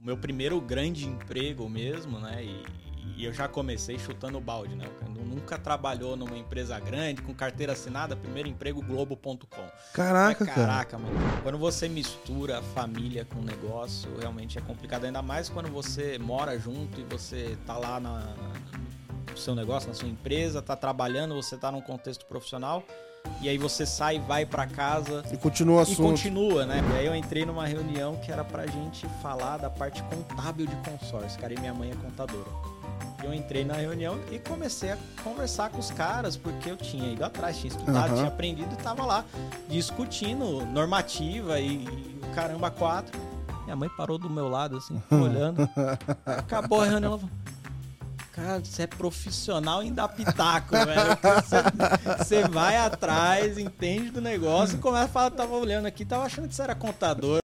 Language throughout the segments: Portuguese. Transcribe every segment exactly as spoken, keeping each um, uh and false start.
meu primeiro grande emprego mesmo, né? E, e eu já comecei chutando o balde, né? Eu nunca trabalhou numa empresa grande, com carteira assinada, primeiro emprego globo ponto com. Caraca, Mas, caraca, cara. mano. Quando você mistura a família com o negócio, realmente é complicado. Ainda mais quando você mora junto e você tá lá na, na, no seu negócio, na sua empresa, tá trabalhando, você tá num contexto profissional. E aí você sai, vai pra casa E continua o assunto. e continua, né? E aí eu entrei numa reunião que era pra gente falar da parte contábil de consórcio. Cara, e minha mãe é contadora. Eu entrei na reunião e comecei a conversar com os caras, porque eu tinha ido atrás, tinha estudado, Uhum. tinha aprendido e tava lá discutindo normativa e, e o caramba quatro. Minha mãe parou do meu lado, assim, olhando. Acabou a reunião, ela falou: cara, você é profissional em dar pitaco, velho. Você, você vai atrás, entende do negócio e começa a falar, tava olhando aqui, tava achando que você era contador.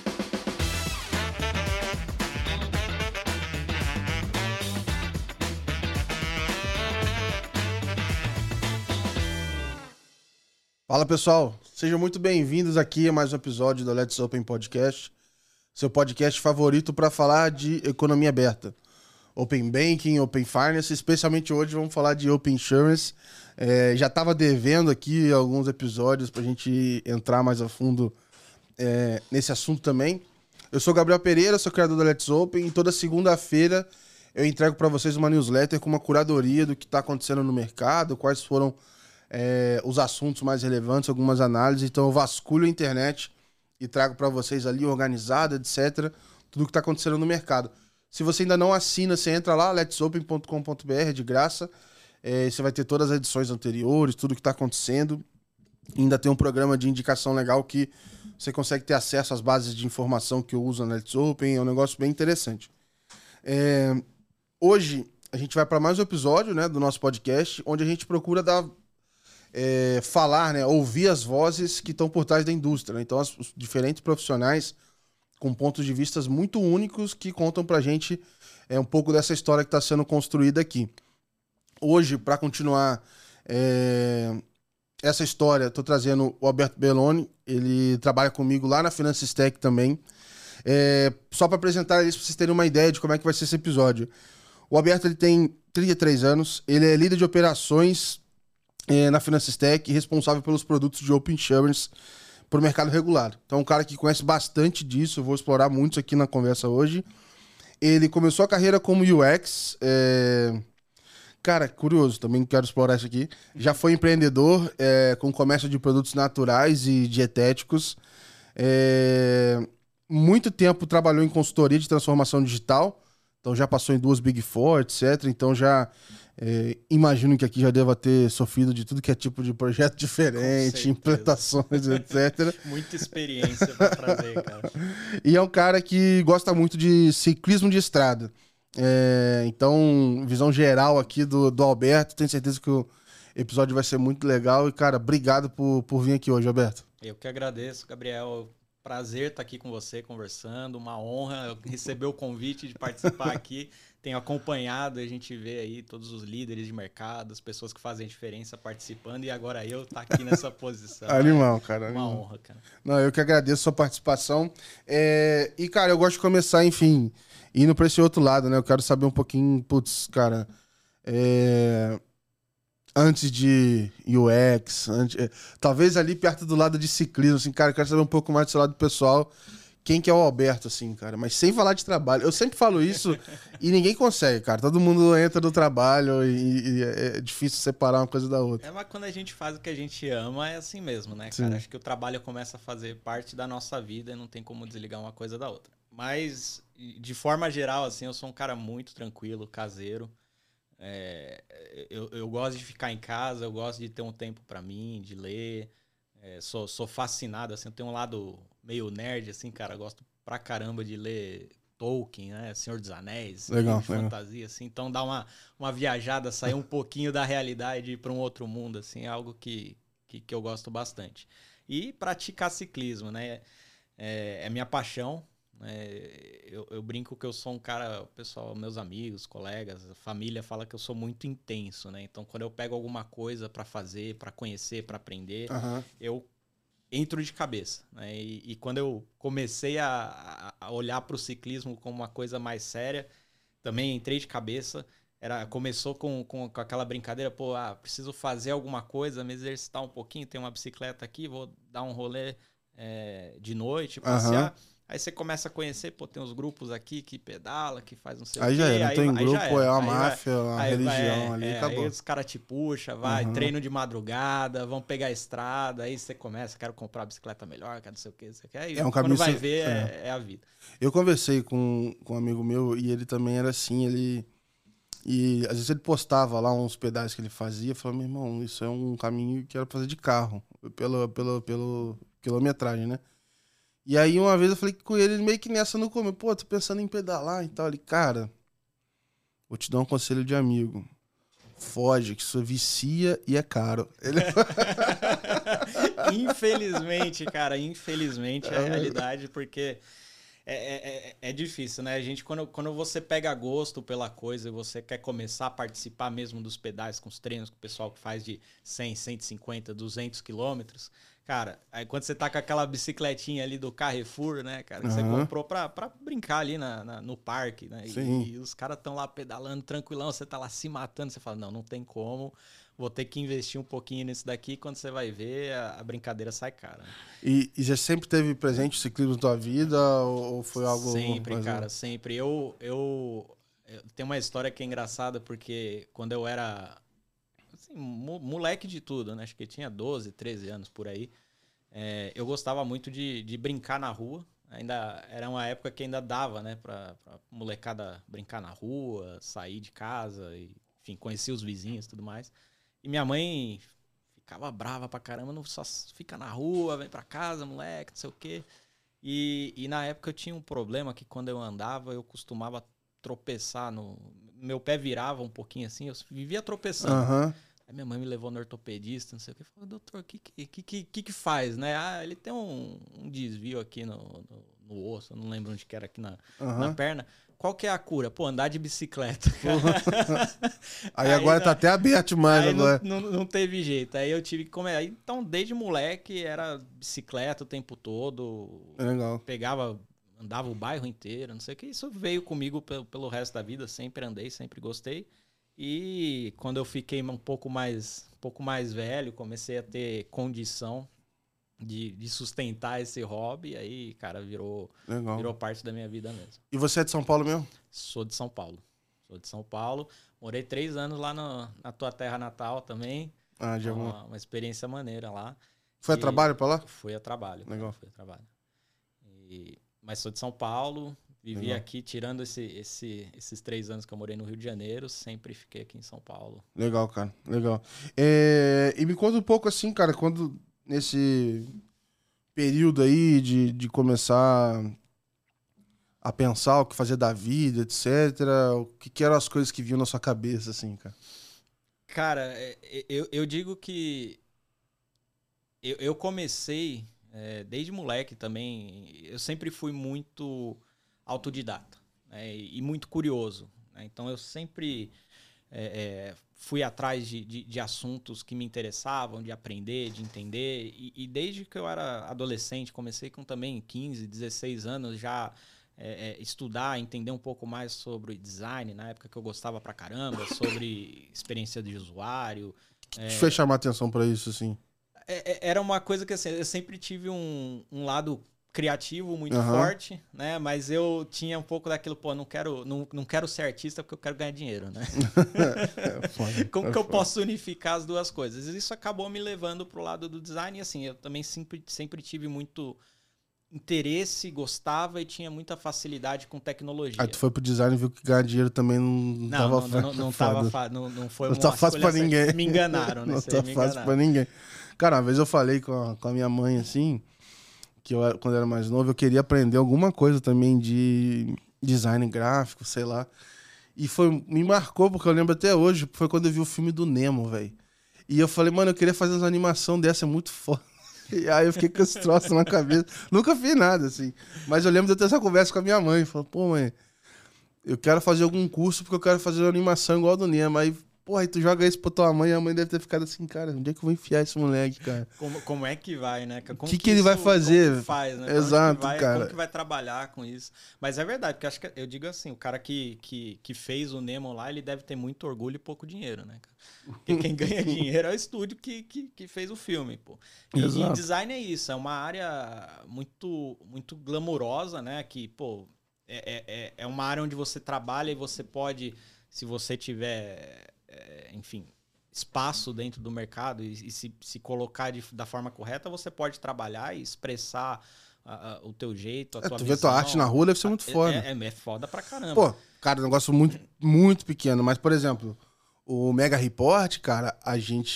Fala, pessoal. Sejam muito bem-vindos aqui a mais um episódio do Let's Open Podcast, seu podcast favorito para falar de economia aberta. Open Banking, Open Finance, especialmente hoje vamos falar de Open Insurance. É, já estava devendo aqui alguns episódios para a gente entrar mais a fundo é, nesse assunto também. Eu sou Gabriel Pereira, sou criador da Let's Open e toda segunda-feira eu entrego para vocês uma newsletter com uma curadoria do que está acontecendo no mercado, quais foram é, os assuntos mais relevantes, algumas análises. Então eu vasculho a internet e trago para vocês ali organizado, etcétera, tudo o que está acontecendo no mercado. Se você ainda não assina, você entra lá, lets open ponto com ponto b r, de graça. É, você vai ter todas as edições anteriores, tudo que está acontecendo. E ainda tem um programa de indicação legal que você consegue ter acesso às bases de informação que eu uso na Let's Open. É um negócio bem interessante. É, hoje a gente vai para mais um episódio, né, do nosso podcast, onde a gente procura dar, é, falar, né, ouvir as vozes que estão por trás da indústria. Né? Então, as, os diferentes profissionais com pontos de vista muito únicos que contam pra gente é, um pouco dessa história que está sendo construída aqui. Hoje, para continuar é, essa história, estou trazendo o Alberto Belloni, ele trabalha comigo lá na Finances Tech também. É, só para apresentar eles, para vocês terem uma ideia de como é que vai ser esse episódio. O Alberto ele tem trinta e três anos, ele é líder de operações é, na Finances Tech e responsável pelos produtos de Open Insurance para o mercado regulado. Então, é um cara que conhece bastante disso, eu vou explorar muito isso aqui na conversa hoje. Ele começou a carreira como U X, é... cara, curioso, também quero explorar isso aqui. Já foi empreendedor é, com comércio de produtos naturais e dietéticos. É... Muito tempo trabalhou em consultoria de transformação digital, então já passou em duas Big Four, etcétera. Então já... É, imagino que aqui já deva ter sofrido de tudo que é tipo de projeto diferente, implementações, etcétera. Muita experiência pra trazer, cara. E é um cara que gosta muito de ciclismo de estrada. É, então, visão geral aqui do, do Alberto. Tenho certeza que o episódio vai ser muito legal. E, cara, obrigado por, por vir aqui hoje, Alberto. Eu que agradeço, Gabriel. Prazer estar aqui com você, conversando. Uma honra receber o convite de participar aqui. Tenho acompanhado, a gente vê aí todos os líderes de mercado, as pessoas que fazem diferença participando, e agora eu tá aqui nessa posição. Animal, é cara. Uma animal. honra, cara. Não, eu que agradeço a sua participação. É, e, cara, eu gosto de começar, enfim, indo pra esse outro lado, né? Eu quero saber um pouquinho, putz, cara, é, antes de U X, antes, é, talvez ali perto do lado de ciclismo, assim, cara, eu quero saber um pouco mais do seu lado pessoal. Quem que é o Alberto, assim, cara? Mas sem falar de trabalho. Eu sempre falo isso e ninguém consegue, cara. Todo mundo entra no trabalho e, e é difícil separar uma coisa da outra. É, mas quando a gente faz o que a gente ama, é assim mesmo, né, Sim. cara? Acho que o trabalho começa a fazer parte da nossa vida e não tem como desligar uma coisa da outra. Mas, de forma geral, assim, eu sou um cara muito tranquilo, caseiro. É, eu, eu gosto de ficar em casa, eu gosto de ter um tempo pra mim, de ler. É, sou, sou fascinado, assim, eu tenho um lado meio nerd, assim, cara, gosto pra caramba de ler Tolkien, né, Senhor dos Anéis, Legal, de legal. fantasia, assim, então dá uma, uma viajada, sair um pouquinho da realidade e ir pra um outro mundo, assim, é algo que, que, que eu gosto bastante. E praticar ciclismo, né, é, é minha paixão, É, eu, eu brinco que eu sou um cara, pessoal, meus amigos, colegas, família fala que eu sou muito intenso, né? Então, quando eu pego alguma coisa para fazer, para conhecer, para aprender, Uhum. eu entro de cabeça, né? E, e quando eu comecei a, a, a olhar para o ciclismo como uma coisa mais séria. Também entrei de cabeça. Era, começou com, com, com aquela brincadeira, pô, ah, preciso fazer alguma coisa, me exercitar um pouquinho, tem uma bicicleta aqui, vou dar um rolê é, de noite, passear. Uhum. Aí você começa a conhecer, pô, tem uns grupos aqui que pedala, que faz não sei aí o quê. Já era, não aí tem grupo, já era. é uma aí máfia, vai, uma aí religião vai, ali, é, acabou. Aí os caras te puxam, vai, uhum. treino de madrugada, vão pegar a estrada, aí você começa, quero comprar bicicleta melhor, quero não sei o quê, você quer. Aí é um quando vai sem... ver, é. É, é a vida. Eu conversei com, com um amigo meu e ele também era assim, ele... E às vezes ele postava lá uns pedais que ele fazia, falava, meu irmão, isso é um caminho que era pra fazer de carro, pela, pela, pela quilometragem, né? E aí uma vez eu falei com ele, ele meio que nessa no começo, pô, tô pensando em pedalar e tal. Ele, cara, vou te dar um conselho de amigo. Foge, que isso vicia e é caro. Ele... Infelizmente, cara, infelizmente é a realidade, porque... É, é, é difícil, né? A gente, quando, quando você pega gosto pela coisa e você quer começar a participar mesmo dos pedais, com os treinos, com o pessoal que faz de cem, cento e cinquenta, duzentos quilômetros, cara, aí quando você tá com aquela bicicletinha ali do Carrefour, né, cara, que uhum. você comprou pra, pra brincar ali na, na, no parque, né? E, e os caras estão lá pedalando tranquilão, você tá lá se matando, você fala, não, não tem como... Vou ter que investir um pouquinho nisso daqui, quando você vai ver, a, a brincadeira sai cara. Né? E, e já sempre teve presente o ciclismo na tua vida ou foi algo... Sempre, mais cara, um... sempre. Eu, eu, eu tenho uma história que é engraçada, porque quando eu era assim, moleque de tudo, né? Acho que eu tinha doze, treze anos por aí, é, eu gostava muito de, de brincar na rua. Ainda era uma época que ainda dava, né? Pra, pra molecada brincar na rua, sair de casa, e, enfim, conhecer os vizinhos e tudo mais. E minha mãe ficava brava pra caramba, não só fica na rua, vem pra casa, moleque, não sei o quê. E, e na época eu tinha um problema que quando eu andava, eu costumava tropeçar no... Meu pé virava um pouquinho assim, eu vivia tropeçando. Uhum. Aí minha mãe me levou no ortopedista, não sei o quê. Falei, doutor, o que que, que, que que faz, né? Ah, ele tem um, um desvio aqui no, no, no osso, eu não lembro onde que era aqui na, uhum. na perna. Qual que é a cura? Pô, andar de bicicleta. aí, aí agora não, tá até aberto mais. Aí agora. Não, não, não teve jeito. Aí eu tive que comer. Aí, então, desde moleque, era bicicleta o tempo todo. É legal. Pegava, andava o bairro inteiro, não sei o que. Isso veio comigo pelo, pelo resto da vida. Sempre andei, sempre gostei. E quando eu fiquei um pouco mais, um pouco mais velho, comecei a ter condição De, de sustentar esse hobby, aí, cara, virou, virou parte da minha vida mesmo. E você é de São Paulo mesmo? Sou de São Paulo. Sou de São Paulo. Morei três anos lá no, na tua terra natal também. Ah, já uma, uma experiência maneira lá. Foi a trabalho pra lá? Fui a trabalho. Legal. Fui a trabalho. E, mas sou de São Paulo. Vivi Legal. aqui, tirando esse, esse, esses três anos que eu morei no Rio de Janeiro, sempre fiquei aqui em São Paulo. Legal, cara. Legal. É, e me conta um pouco assim, cara, quando... Nesse período aí de, de começar a pensar o que fazer da vida, etcétera, o que, que eram as coisas que vinham na sua cabeça, assim, cara? Cara, eu, eu digo que eu, eu comecei, é, desde moleque também, eu sempre fui muito autodidata, né, e muito curioso. Né? Então eu sempre... É, é, fui atrás de, de, de assuntos que me interessavam, de aprender, de entender. E, e desde que eu era adolescente, comecei com também quinze, dezesseis anos, já é, é, estudar, entender um pouco mais sobre design, na época que eu gostava pra caramba, sobre experiência de usuário. O que te fez chamar atenção pra isso, assim? É, é, era uma coisa que assim, eu sempre tive um, um lado criativo muito uhum. forte, né? Mas eu tinha um pouco daquilo, pô, não quero, não, não quero ser artista porque eu quero ganhar dinheiro, né? é foda, Como é que eu foda. posso unificar as duas coisas? Isso acabou me levando pro lado do design e assim, eu também sempre, sempre tive muito interesse, gostava e tinha muita facilidade com tecnologia. Aí tu foi pro design e viu que ganhar dinheiro também não, não tava não, não, não, não tava fa- não, não foi não uma tá fácil pra ninguém. Certa. Me enganaram, né? Não tá me fácil enganaram. pra ninguém. Cara, uma vez eu falei com a, com a minha mãe, assim... que eu, quando eu era mais novo, eu queria aprender alguma coisa também de design gráfico, sei lá. E foi, me marcou, porque eu lembro até hoje, foi quando eu vi o filme do Nemo, velho. E eu falei, mano, eu queria fazer uma animação dessa, é muito foda. E aí eu fiquei com esse troço na cabeça. Nunca fiz nada, assim. Mas eu lembro de eu ter essa conversa com a minha mãe. Falei, pô, mãe, eu quero fazer algum curso porque eu quero fazer uma animação igual a do Nemo. Aí, porra, aí tu joga isso pra tua mãe, e a mãe deve ter ficado assim, cara, onde é que eu vou enfiar esse moleque, cara? Como, como é que vai, né? O que, que, que ele vai fazer? Como que faz, né? Exato, que vai, cara. Como que vai trabalhar com isso? Mas é verdade, porque acho que eu digo assim, o cara que, que, que fez o Nemo lá, ele deve ter muito orgulho e pouco dinheiro, né, cara? Porque quem ganha dinheiro é o estúdio que, que, que fez o filme, pô. E, e design é isso, é uma área muito, muito glamurosa, né? Que, pô, é, é, é uma área onde você trabalha e você pode, se você tiver, é, enfim, espaço dentro do mercado e, e se, se colocar de, da forma correta, você pode trabalhar e expressar a, a, o teu jeito, a é, tua tu visão. vê tua arte na rua, deve ser muito foda. É, é, é foda pra caramba. Pô, cara, um negócio muito, muito pequeno. Mas, por exemplo, o Mega Report, cara, a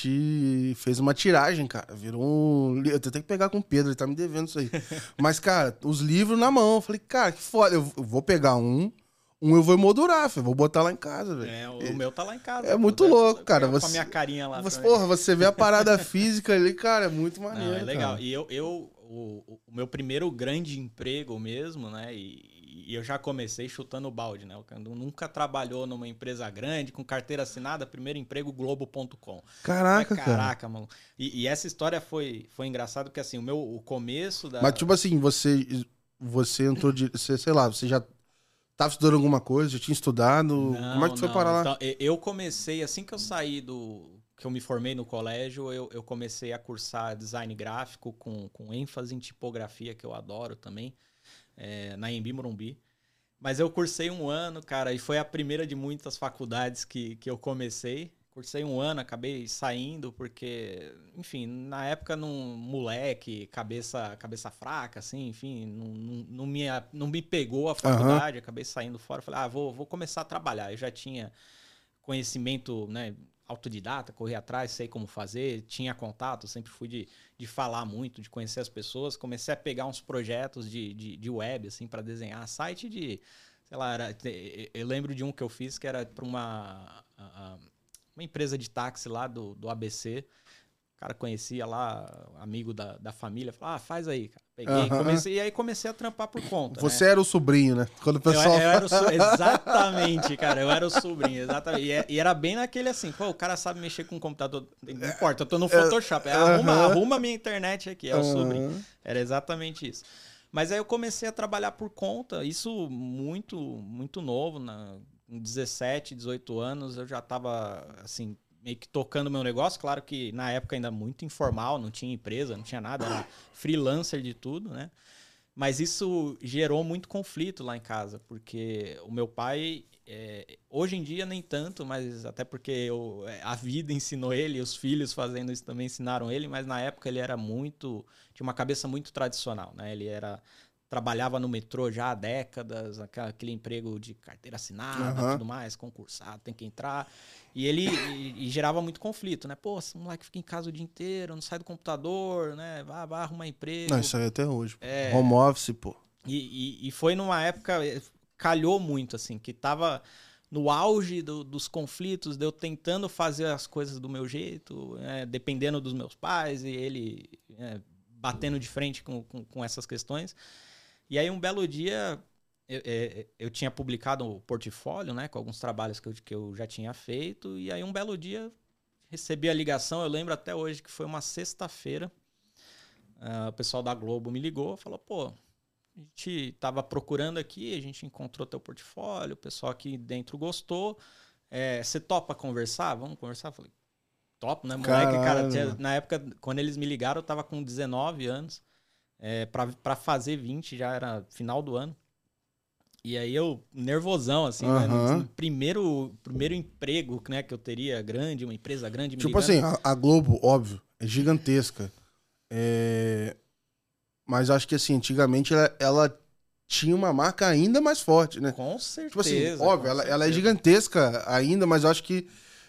gente fez uma tiragem, cara. Virou um... Eu tenho que pegar com o Pedro, ele tá me devendo isso aí. Mas, cara, os livros na mão. Eu falei, cara, que foda. Eu vou pegar um... Um eu vou emoldurar, filho. Vou botar lá em casa, velho. É, o e... meu tá lá em casa. É muito pô, louco, cara. Com você... a minha carinha lá. Você, porra, você vê a parada física ali, cara, é muito maneiro. Não, é legal. Cara. E eu, eu o, o meu primeiro grande emprego mesmo, né? E, e eu já comecei chutando o balde, né? Eu nunca trabalhou numa empresa grande, com carteira assinada, primeiro emprego Globo ponto com. Caraca, Mas, cara. Caraca, mano. E, e essa história foi, foi engraçada, porque assim, o meu o começo da. Mas, tipo assim, você, você entrou de. Você, sei lá, você já. Tava estudando alguma coisa? Já tinha estudado? Não, Como é que tu foi não. parar lá? Então, eu comecei, assim que eu saí do... Que eu me formei no colégio, eu, eu comecei a cursar design gráfico com, com ênfase em tipografia, que eu adoro também, é, na Anhembi Morumbi. Mas eu cursei um ano, cara, e foi a primeira de muitas faculdades que, que eu comecei. Cursei um ano, acabei saindo porque, enfim, na época, num moleque, cabeça, cabeça fraca, assim, enfim, não, não, não, me, não me pegou a faculdade, uhum. Acabei saindo fora. Falei, ah, vou, vou começar a trabalhar. Eu já tinha conhecimento, né, autodidata, corri atrás, sei como fazer, tinha contato, sempre fui de, de falar muito, de conhecer as pessoas. Comecei a pegar uns projetos de, de, de web, assim, para desenhar site de, sei lá, era, eu lembro de um que eu fiz que era para uma... A, uma empresa de táxi lá do, do A B C. O cara conhecia lá, amigo da, da família. Falou, ah, faz aí, cara. Peguei, uhum. comecei, e aí comecei a trampar por conta. Você né? era o sobrinho, né? Quando o pessoal... Eu, eu era o so... Exatamente, cara. Eu era o sobrinho, exatamente. E, e era bem naquele assim, pô, o cara sabe mexer com o computador. Não importa, eu tô no Photoshop. É, arruma, uhum. arruma minha internet aqui, é o uhum. sobrinho. Era exatamente isso. Mas aí eu comecei a trabalhar por conta. Isso muito, muito novo, na... Com dezessete, dezoito anos, eu já estava, assim, meio que tocando meu negócio. Claro que na época ainda muito informal, não tinha empresa, não tinha nada, era freelancer de tudo, né? Mas isso gerou muito conflito lá em casa, porque o meu pai, é, hoje em dia nem tanto, mas até porque eu, a vida ensinou ele, os filhos fazendo isso também ensinaram ele, mas na época ele era muito, tinha uma cabeça muito tradicional, né? Ele era... Trabalhava no metrô já há décadas, aquele emprego de carteira assinada, uhum. tudo mais, concursado, tem que entrar. E ele e, e gerava muito conflito, né? Pô, esse moleque fica em casa o dia inteiro, não sai do computador, né? Vai, vai arrumar emprego. Não, isso aí até hoje. É, home office, pô. E, e, e foi numa época, calhou muito, assim, que tava no auge do, dos conflitos, de eu tentando fazer as coisas do meu jeito, né? Dependendo dos meus pais, e ele é, batendo de frente com, com, com essas questões. E aí, um belo dia, eu, eu, eu tinha publicado o portfólio, né, com alguns trabalhos que eu, que eu já tinha feito. E aí, um belo dia, recebi a ligação. Eu lembro até hoje que foi uma sexta-feira. Uh, o pessoal da Globo me ligou, falou, pô, a gente estava procurando aqui, a gente encontrou teu portfólio, o pessoal aqui dentro gostou. É, você topa conversar? Vamos conversar? Eu falei, topo, né, moleque? Cara, tinha, na época, quando eles me ligaram, eu tava com dezenove anos. É, para fazer vinte, já era final do ano. E aí eu, nervosão, assim, uhum. né? No primeiro, primeiro emprego, né, que eu teria grande, uma empresa grande. Me tipo ligando. Assim, a, a Globo, óbvio, é gigantesca. É... Mas acho que, assim, antigamente ela, ela tinha uma marca ainda mais forte, né? Com certeza. Tipo assim, óbvio, ela, ela é gigantesca ainda, mas eu acho que,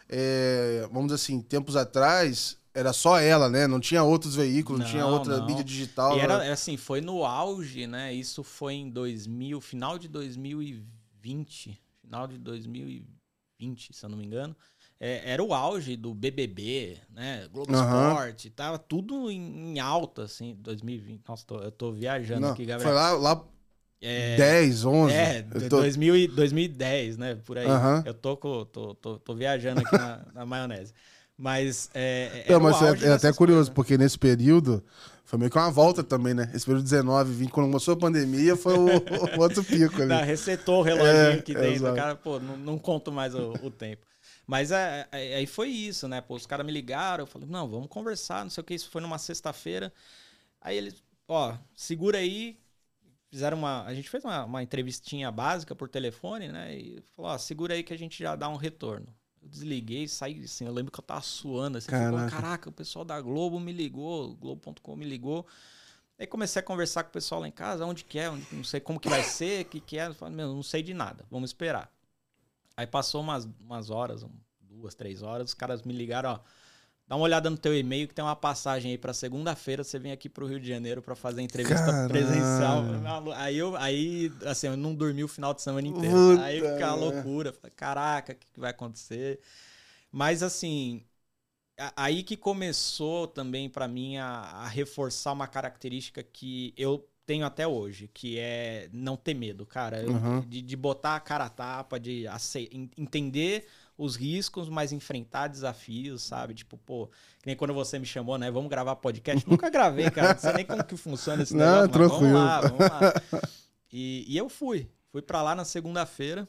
é, vamos dizer assim, tempos atrás... Era só ela, né? Não tinha outros veículos, não, não tinha outra não. mídia digital. E era assim, foi no auge, né? Isso foi em dois mil, final de dois mil e vinte. Final de dois mil e vinte, se eu não me engano. É, era o auge do B B B, né? Globo uhum. Esporte, tava tudo em, em alta, assim, dois mil e vinte. Nossa, tô, eu tô viajando não, aqui, Gabriel. Foi lá, lá É, dez, onze? É, tô... dois mil e, dois mil e dez, né? Por aí. Uhum. Eu tô, com, tô, tô, tô viajando aqui na, na maionese. Mas é, Não, era mas o auge é, é até curioso, coisas, né? porque nesse período foi meio que uma volta também, né? Esse período dezenove, vinte, quando começou a pandemia, foi o, o outro pico ali. Não, resetou o reloginho É, aqui dentro. exato. O cara, pô, não, não conto mais o, o tempo. Mas é, é, aí foi isso, né? Pô, os caras me ligaram, eu falei, não, vamos conversar, não sei o que. Isso foi numa sexta-feira. Aí eles, ó, segura aí. Fizeram uma. A gente fez uma, uma entrevistinha básica por telefone, né? E falou, ó, segura aí que a gente já dá um retorno. Eu desliguei, saí assim, eu lembro que eu tava suando, assim, Caraca. falei, caraca, o pessoal da Globo me ligou, Globo ponto com me ligou. Aí comecei a conversar com o pessoal lá em casa, onde que é, onde, não sei como que vai ser, o que que é. Eu falei, meu, não sei de nada, vamos esperar. Aí passou umas, umas horas, duas, três horas, os caras me ligaram, ó, dá uma olhada no teu e-mail que tem uma passagem aí pra segunda-feira, você vem aqui pro Rio de Janeiro pra fazer entrevista Caralho. presencial. Aí, eu, aí, assim, eu não dormi o final de semana inteiro. Puta. Aí fica a loucura. Falei, caraca, o que, que vai acontecer? Mas, assim, aí que começou também pra mim a, a reforçar uma característica que eu tenho até hoje, que é não ter medo, cara. Eu, Uhum. de, de botar a cara a tapa, de ace- entender os riscos, mas enfrentar desafios, sabe? Tipo, pô, que nem quando você me chamou, né? Vamos gravar podcast. Nunca gravei, cara. Não sei nem como que funciona esse Não, negócio, mas tranquilo. vamos lá, vamos lá. E, e eu fui. Fui pra lá na segunda-feira.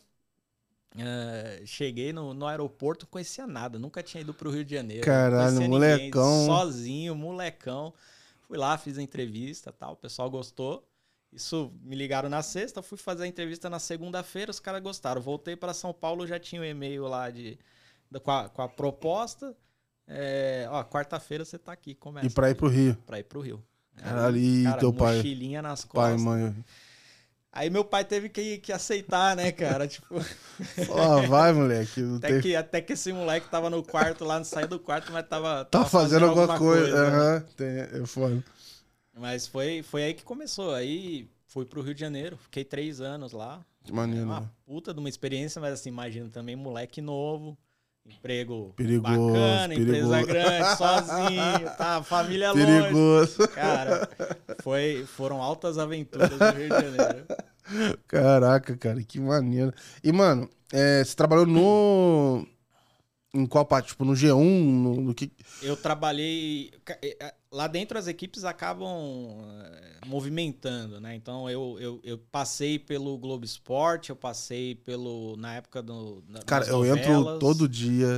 Uh, cheguei no, no aeroporto, não conhecia nada. Nunca tinha ido pro Rio de Janeiro. Caralho, não conhecia molecão. ninguém, sozinho, molecão. Fui lá, fiz a entrevista, tal. O pessoal gostou. Isso, me ligaram na sexta, fui fazer a entrevista na segunda-feira, os caras gostaram. Voltei para São Paulo, já tinha o um e-mail lá de, de, com, a, com a proposta. É, ó, quarta-feira você tá aqui, começa. E pra ir pro Rio. Pra ir pro Rio. Caralho, e cara, teu pai? mochilinha nas Pai, costas. mãe. Aí meu pai teve que, que aceitar, né, cara? Tipo... Ó, vai, moleque. Não até, tem... que, até que esse moleque tava no quarto lá, não saía do quarto, mas tava, Tá tava fazendo, fazendo alguma, alguma coisa. coisa. Aham, né? uhum. Tem, é foda. Mas foi, foi aí que começou. Aí fui pro Rio de Janeiro, fiquei três anos lá. Que maneiro. É uma puta de uma experiência, mas assim, imagina também moleque novo, emprego Perigoso, bacana, perigoso. empresa grande, sozinho, tá, família Perigoso. longe. Cara, foi, foram altas aventuras no Rio de Janeiro. Caraca, cara, que maneiro. E, mano, é, você trabalhou no... Em qual parte? Tipo, no G um? No, no que... Eu trabalhei... Lá dentro as equipes acabam movimentando, né? Então eu, eu, eu passei pelo Globo Esporte, eu passei pelo... Na época do... Cara, eu novelas. entro todo dia,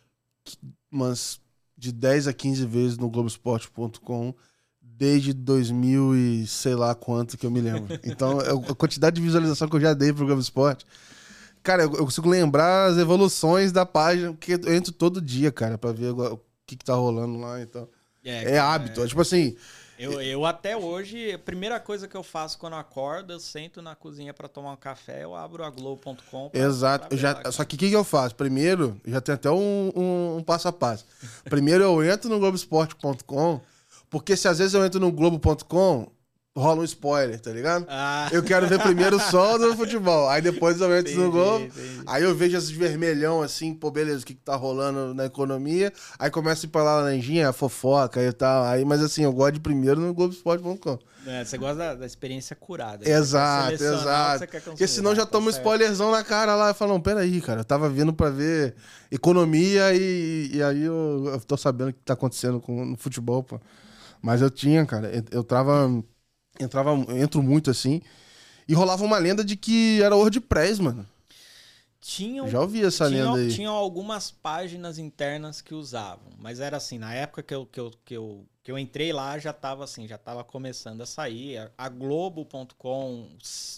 umas de dez a quinze vezes no Globoesporte ponto com, desde dois mil e sei lá quanto que eu me lembro. Então, a quantidade de visualização que eu já dei pro Globo Esporte... Cara, eu consigo lembrar as evoluções da página, porque eu entro todo dia, cara, pra ver o que, que tá rolando lá e tal. É, é hábito, é, é tipo assim... Eu, eu até hoje, a primeira coisa que eu faço quando eu acordo, eu sento na cozinha pra tomar um café, eu abro a Globo ponto com. Exato, eu já, lá, só que o que, que eu faço? Primeiro, já tem até um, um, um passo a passo. Primeiro eu entro no Globo Esporte ponto com, porque se às vezes eu entro no Globo ponto com... rola um spoiler, tá ligado? Ah. Eu quero ver primeiro só do futebol. Aí depois eu entro entendi, no Globo. Entendi. Aí eu vejo esses vermelhão assim, pô, beleza, o que, que tá rolando na economia. Aí começa a ir pra lá na laranjinha, a fofoca e tal. Aí, mas assim, eu gosto de primeiro no Globo Esporte ponto com. É, você gosta da, da experiência curada. Exato, exato. Porque senão já toma um spoilerzão na cara lá. Eu falo, não, peraí, cara, eu tava vindo pra ver economia e, e aí eu, eu tô sabendo o que tá acontecendo com, no futebol, pô. Mas eu tinha, cara, eu, eu tava... Entrava, entro muito assim. E rolava uma lenda de que era WordPress, mano. Tinham, Já ouvi essa tinham, lenda aí. Tinham algumas páginas internas que usavam. Mas era assim, na época que eu, que eu, que eu, que eu entrei lá, já tava assim, já tava começando a sair. A Globo ponto com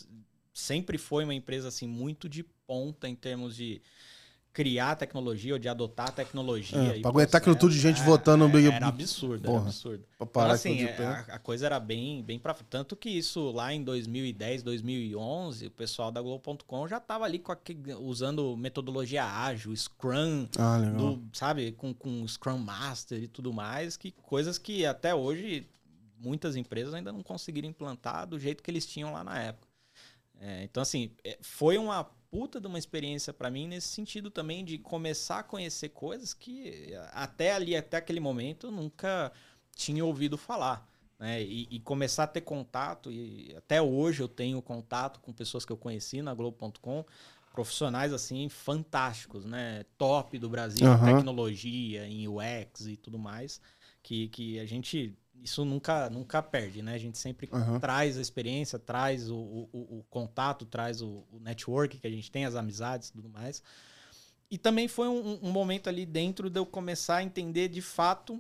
sempre foi uma empresa assim, muito de ponta em termos de criar tecnologia ou de adotar tecnologia. É, pra aguentar aquilo tudo de gente é, votando no é, Big... Era absurdo, Porra, era absurdo. Pra parar então, assim, de a, a coisa era bem, bem pra... Tanto que isso lá em dois mil e dez, dois mil e onze, o pessoal da Globo ponto com já tava ali com aquele, usando metodologia ágil, Scrum, ah, legal. Do, sabe, com, com Scrum Master e tudo mais, que coisas que até hoje muitas empresas ainda não conseguiram implantar do jeito que eles tinham lá na época. É, então, assim, foi uma puta de uma experiência para mim nesse sentido também de começar a conhecer coisas que até ali, até aquele momento, eu nunca tinha ouvido falar. né? E, e começar a ter contato, e até hoje eu tenho contato com pessoas que eu conheci na Globo ponto com, profissionais assim fantásticos, né? Top do Brasil, Uhum. em tecnologia, em U X e tudo mais, que, que a gente, isso nunca, nunca perde, né? A gente sempre Uhum. traz a experiência, traz o, o, o contato, traz o, o network que a gente tem, as amizades e tudo mais. E também foi um, um momento ali dentro de eu começar a entender de fato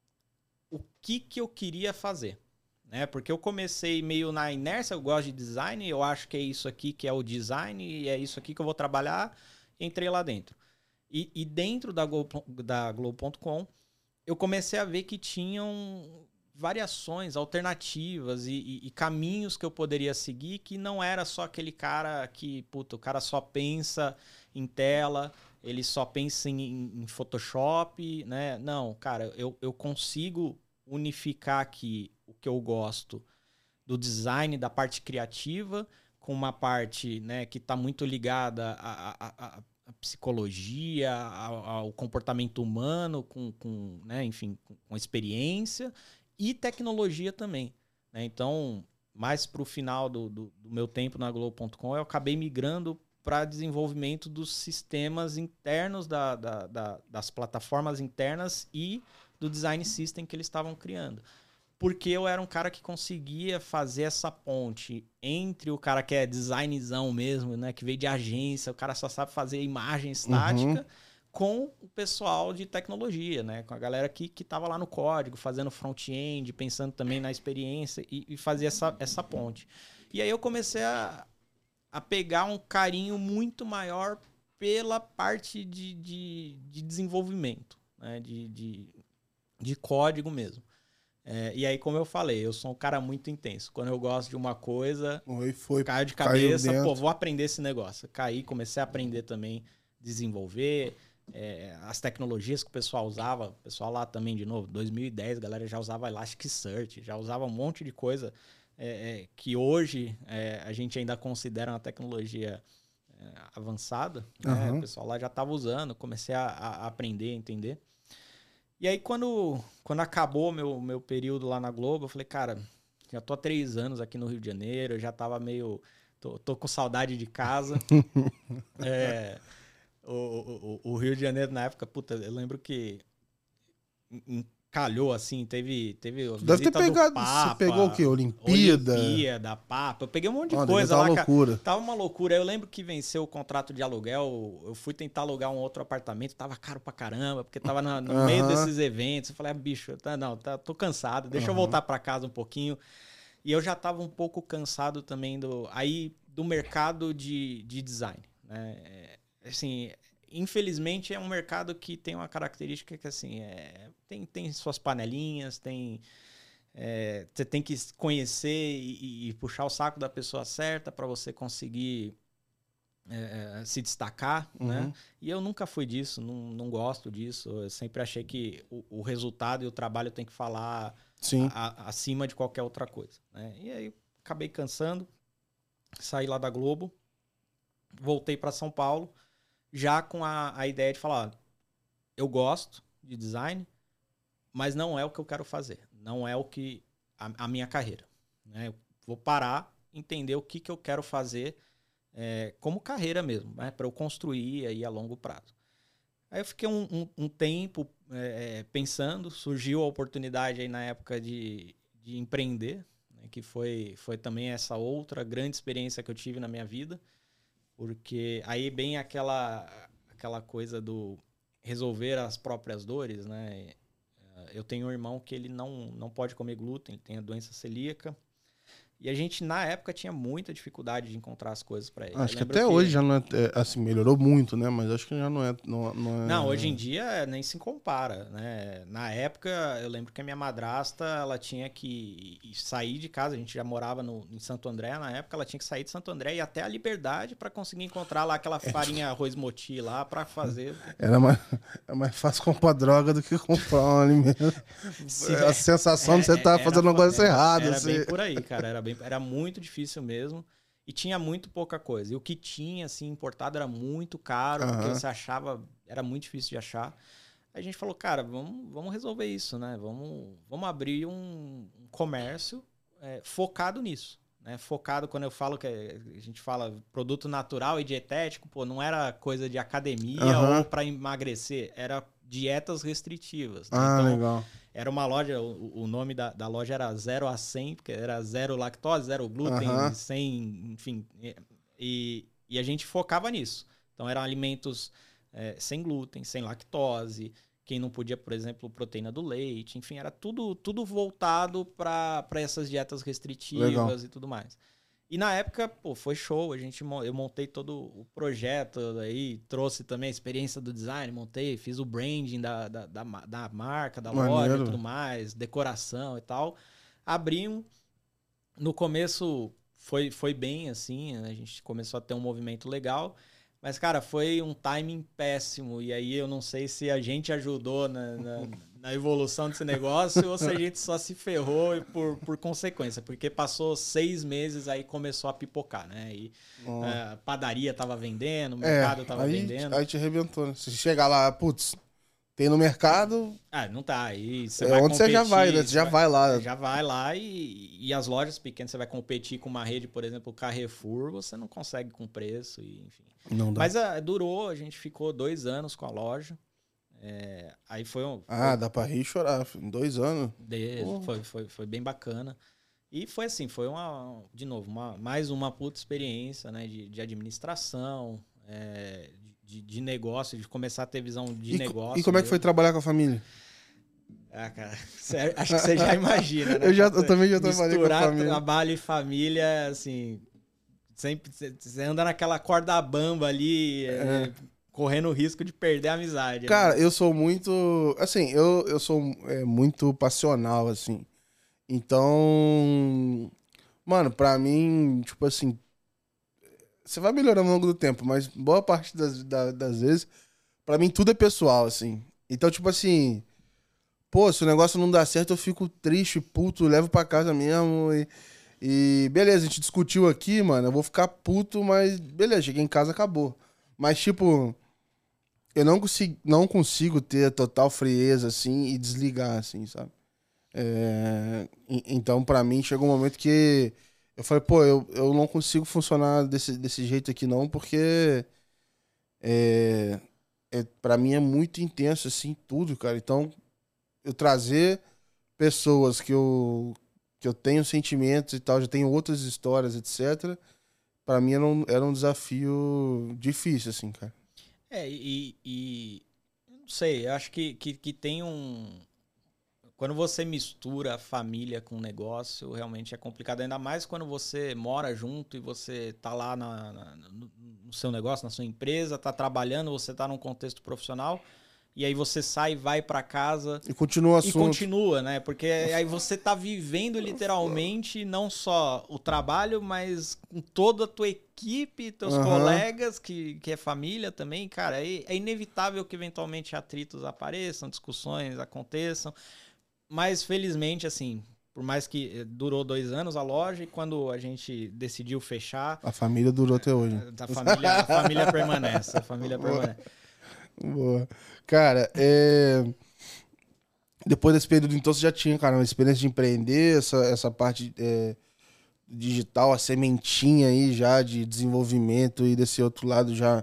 o que, que eu queria fazer. Né? Porque eu comecei meio na inércia, eu gosto de design, eu acho que é isso aqui que é o design, e é isso aqui que eu vou trabalhar, entrei lá dentro. E, e dentro da Globo, da Globo ponto com, eu comecei a ver que tinham variações, alternativas e, e, e caminhos que eu poderia seguir, que não era só aquele cara que, puta, o cara só pensa em tela, ele só pensa em, em Photoshop, né? Não, cara, eu, eu consigo unificar aqui o que eu gosto do design, da parte criativa, com uma parte, né, que está muito ligada à, à, à, à psicologia, ao, ao comportamento humano, com, com, né, enfim, com experiência e tecnologia também. Né? Então, mais para o final do, do, do meu tempo na Globo ponto com, eu acabei migrando para desenvolvimento dos sistemas internos da, da, da, das plataformas internas e do design system que eles estavam criando. Porque eu era um cara que conseguia fazer essa ponte entre o cara que é designzão mesmo, né, que veio de agência, o cara só sabe fazer imagem estática, uhum, com o pessoal de tecnologia, né, com a galera que, que tava lá no código, fazendo front-end, pensando também na experiência e, e fazer essa, essa ponte. E aí eu comecei a, a pegar um carinho muito maior pela parte de, de, de desenvolvimento, né, de, de, de código mesmo. É, e aí, como eu falei, eu sou um cara muito intenso. Quando eu gosto de uma coisa, Oi, foi, caio de cabeça, pô, vou aprender esse negócio. Caí, comecei a aprender também, desenvolver é, as tecnologias que o pessoal usava. O pessoal lá também, de novo, dois mil e dez, a galera já usava Elasticsearch, já usava um monte de coisa é, é, que hoje é, a gente ainda considera uma tecnologia é, avançada. Né? Uhum. O pessoal lá já estava usando, comecei a, a aprender, a entender. E aí, quando, quando acabou meu, meu período lá na Globo, eu falei, cara, já tô há três anos aqui no Rio de Janeiro, eu já tava meio... Tô, tô com saudade de casa. é, o, o, o Rio de Janeiro, na época, puta, eu lembro que calhou, assim, teve, teve a Deve visita ter pegado, do Papa. Você pegou o quê? Olimpíada? Olimpíada, Papa. Eu peguei um monte de oh, coisa tá lá. Uma loucura. Tava uma loucura. Eu lembro que venceu o contrato de aluguel. Eu fui tentar alugar um outro apartamento. Tava caro pra caramba, porque tava no, no uhum. meio desses eventos. Eu falei, ah, bicho, tá, não, tá, tô cansado. Deixa uhum. eu voltar pra casa um pouquinho. E eu já tava um pouco cansado também do, aí, do mercado de, de design. Né? Assim... Infelizmente, é um mercado que tem uma característica que, assim, é, tem, tem suas panelinhas, tem... É, você tem que conhecer e, e puxar o saco da pessoa certa para você conseguir é, se destacar, uhum. né? E eu nunca fui disso, não, não gosto disso. Eu sempre achei que o, o resultado e o trabalho tem que falar a, a, acima de qualquer outra coisa. Né? E aí, acabei cansando, saí lá da Globo, voltei para São Paulo, já com a, a ideia de falar, eu gosto de design, mas não é o que eu quero fazer. Não é o que a, a minha carreira. Né? Eu vou parar, entender o que, que eu quero fazer é, como carreira mesmo, né? Para eu construir aí a longo prazo. Aí eu fiquei um, um, um tempo é, pensando, surgiu a oportunidade aí na época de, de empreender, né? Que foi, foi também essa outra grande experiência que eu tive na minha vida. Porque aí bem aquela, aquela coisa do resolver as próprias dores, né? Eu tenho um irmão que ele não, não pode comer glúten, ele tem a doença celíaca. E a gente, na época, tinha muita dificuldade de encontrar as coisas para ele. Acho que até que... hoje já não é, é... Assim, melhorou muito, né? Mas acho que já não é... Não, não, é... não, hoje em dia nem se compara, né? Na época, eu lembro que a minha madrasta, ela tinha que sair de casa. A gente já morava no, em Santo André na época. Ela tinha que sair de Santo André e ir até a Liberdade para conseguir encontrar lá aquela farinha arroz moti lá para fazer... Era mais, é mais fácil comprar droga do que comprar um alimento. Se, a sensação é, de você estar tá fazendo uma coisa errada. Era assim. bem por aí, cara. Era, bem, era muito difícil mesmo. E tinha muito pouca coisa. E o que tinha, assim, importado era muito caro, uhum. porque você achava... Era muito difícil de achar. a gente falou, cara, vamos, vamos resolver isso, né? Vamos, vamos abrir um, um comércio é, focado nisso. Né? Focado, quando eu falo que a gente fala produto natural e dietético, pô, não era coisa de academia Aham. ou para emagrecer, era dietas restritivas. Né? Ah, Então, legal. era uma loja, o, o nome da, da loja era zero a cem, porque era zero lactose, zero glúten, Aham. sem, enfim. E, e a gente focava nisso. Então, eram alimentos é, sem glúten, sem lactose. Quem não podia, por exemplo, proteína do leite. Enfim, era tudo, tudo voltado para essas dietas restritivas Legal. e tudo mais. E na época, pô, foi show. A gente, eu montei todo o projeto aí, trouxe também a experiência do design, montei, fiz o branding da, da, da, da marca, da Maneiro. loja e tudo mais, decoração e tal. Abrimos. No começo foi, foi bem assim, a gente começou a ter um movimento legal. Mas, cara, foi um timing péssimo. E aí eu não sei se a gente ajudou na, na, na evolução desse negócio ou se a gente só se ferrou por, por consequência. Porque passou seis meses, aí começou a pipocar, né? E Oh. a padaria tava vendendo, o É, mercado tava aí, vendendo. aí te arrebentou, né? Se chegar lá, putz, tem no mercado, Ah, não tá. Aí você é vai onde você já vai, né? Você já vai lá. Já vai lá e, e as lojas pequenas, você vai competir com uma rede, por exemplo, o Carrefour, você não consegue com preço, e, enfim. Não dá. Mas ah, durou, a gente ficou dois anos com a loja. É, aí foi um. Ah, foi, dá pra rir e chorar, filho. Dois anos. de- Porra. foi, foi, foi bem bacana. E foi assim, foi uma, de novo, uma, mais uma puta experiência, né, de, de administração, é, de, de negócio, de começar a ter visão de E, negócio. e como é que foi mesmo. trabalhar com a família? Ah, cara, cê- acho que você já imagina, né? Eu, já, eu também já trabalhei com a Misturar família. trabalho e família, assim, sempre você anda naquela corda bamba ali, é, correndo o risco de perder a amizade. Cara, né? eu sou muito. Assim, eu, eu sou é, muito passional, assim. Então. Mano, pra mim, tipo assim. Você vai melhorando ao longo do tempo, mas boa parte das, da- das vezes, pra mim tudo é pessoal, assim. Então, tipo assim. Pô, se o negócio não dá certo, eu fico triste, puto, levo pra casa mesmo e. E beleza, a gente discutiu aqui, mano. Eu vou ficar puto, mas beleza, cheguei em casa, acabou. Mas, tipo. Eu não consigo, não consigo ter total frieza, assim, e desligar, assim, sabe? É, e- então, pra mim, chegou um momento que eu falei, pô, eu, eu não consigo funcionar desse, desse jeito aqui, não, porque é, é, pra mim é muito intenso, assim, tudo, cara. Então, eu trazer pessoas que eu, que eu tenho sentimentos e tal, já tenho outras histórias, etcétera, pra mim era um, era um desafio difícil, assim, cara. É, e, e eu não sei, eu acho que, que, que tem um. Quando você mistura a família com o negócio, realmente é complicado. Ainda mais quando você mora junto e você tá lá na, na- no, no seu negócio, na sua empresa, tá trabalhando, você tá num contexto profissional, e aí você sai, vai para casa. E continua o E assunto. continua, né? Porque aí você tá vivendo literalmente não só o trabalho, mas com toda a tua equipe, teus Aham. colegas, que, que é família também, cara. É, é inevitável que eventualmente atritos apareçam, discussões aconteçam. Mas felizmente, assim, por mais que durou dois anos a loja, e quando a gente decidiu fechar, A família durou até hoje. a família, a família permanece. A família Boa. permanece. Boa. Cara, é... depois desse período, então, você já tinha, cara, uma experiência de empreender, essa, essa parte é, digital, a sementinha aí já de desenvolvimento e desse outro lado já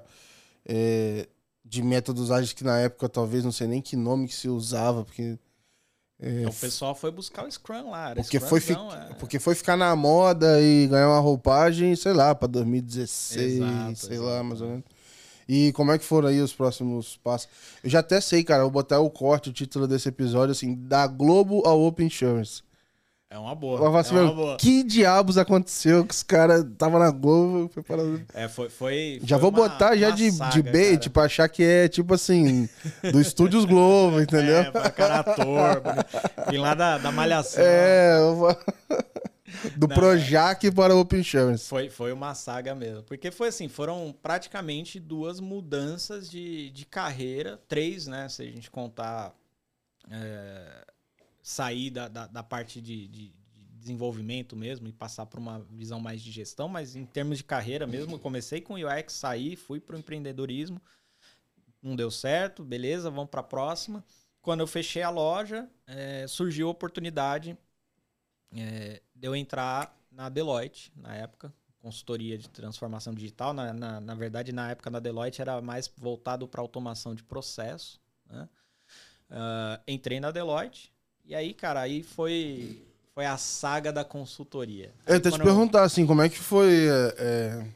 é, de métodos ágeis que na época talvez não sei nem que nome que se usava, porque... Então, o pessoal foi buscar o Scrum lá. Era Porque foi, fi... Scrumzão, é... porque foi ficar na moda e ganhar uma roupagem, sei lá, pra dois mil e dezesseis, Exato, sei exato, lá, mais ou né? menos. E como é que foram aí os próximos passos? Eu já até sei, cara, eu vou botar o corte, o título desse episódio, assim, da Globo ao Open Insurance. É uma Eu boa. vou falar assim, é uma meu, boa. que diabos aconteceu que os caras estavam na Globo preparando... É, foi, foi, Já foi vou uma- botar já uma de, saga, de bait cara. pra achar que é, tipo assim, do Estúdios Globo, entendeu? É, pra cara ator. Vim lá da, da Malhação. É, eu vou... do Não, Projac para o Open Insurance. Foi, foi uma saga mesmo. Porque foi assim, foram praticamente duas mudanças de, de carreira. Três, né? Se a gente contar... é, sair da, da, da parte de, de, de desenvolvimento mesmo e passar para uma visão mais de gestão. Mas em termos de carreira mesmo, eu comecei com o U X, saí, fui para o empreendedorismo. não deu certo, beleza, vamos para a próxima. Quando eu fechei a loja, é, surgiu a oportunidade é, de eu entrar na Deloitte, na época, consultoria de transformação digital. Na, na, na verdade, na época na Deloitte era mais voltado para automação de processo, né? Uh, entrei na Deloitte e aí, cara, aí foi, foi a saga da consultoria. Eu até te perguntar, eu... assim, como é que foi... É...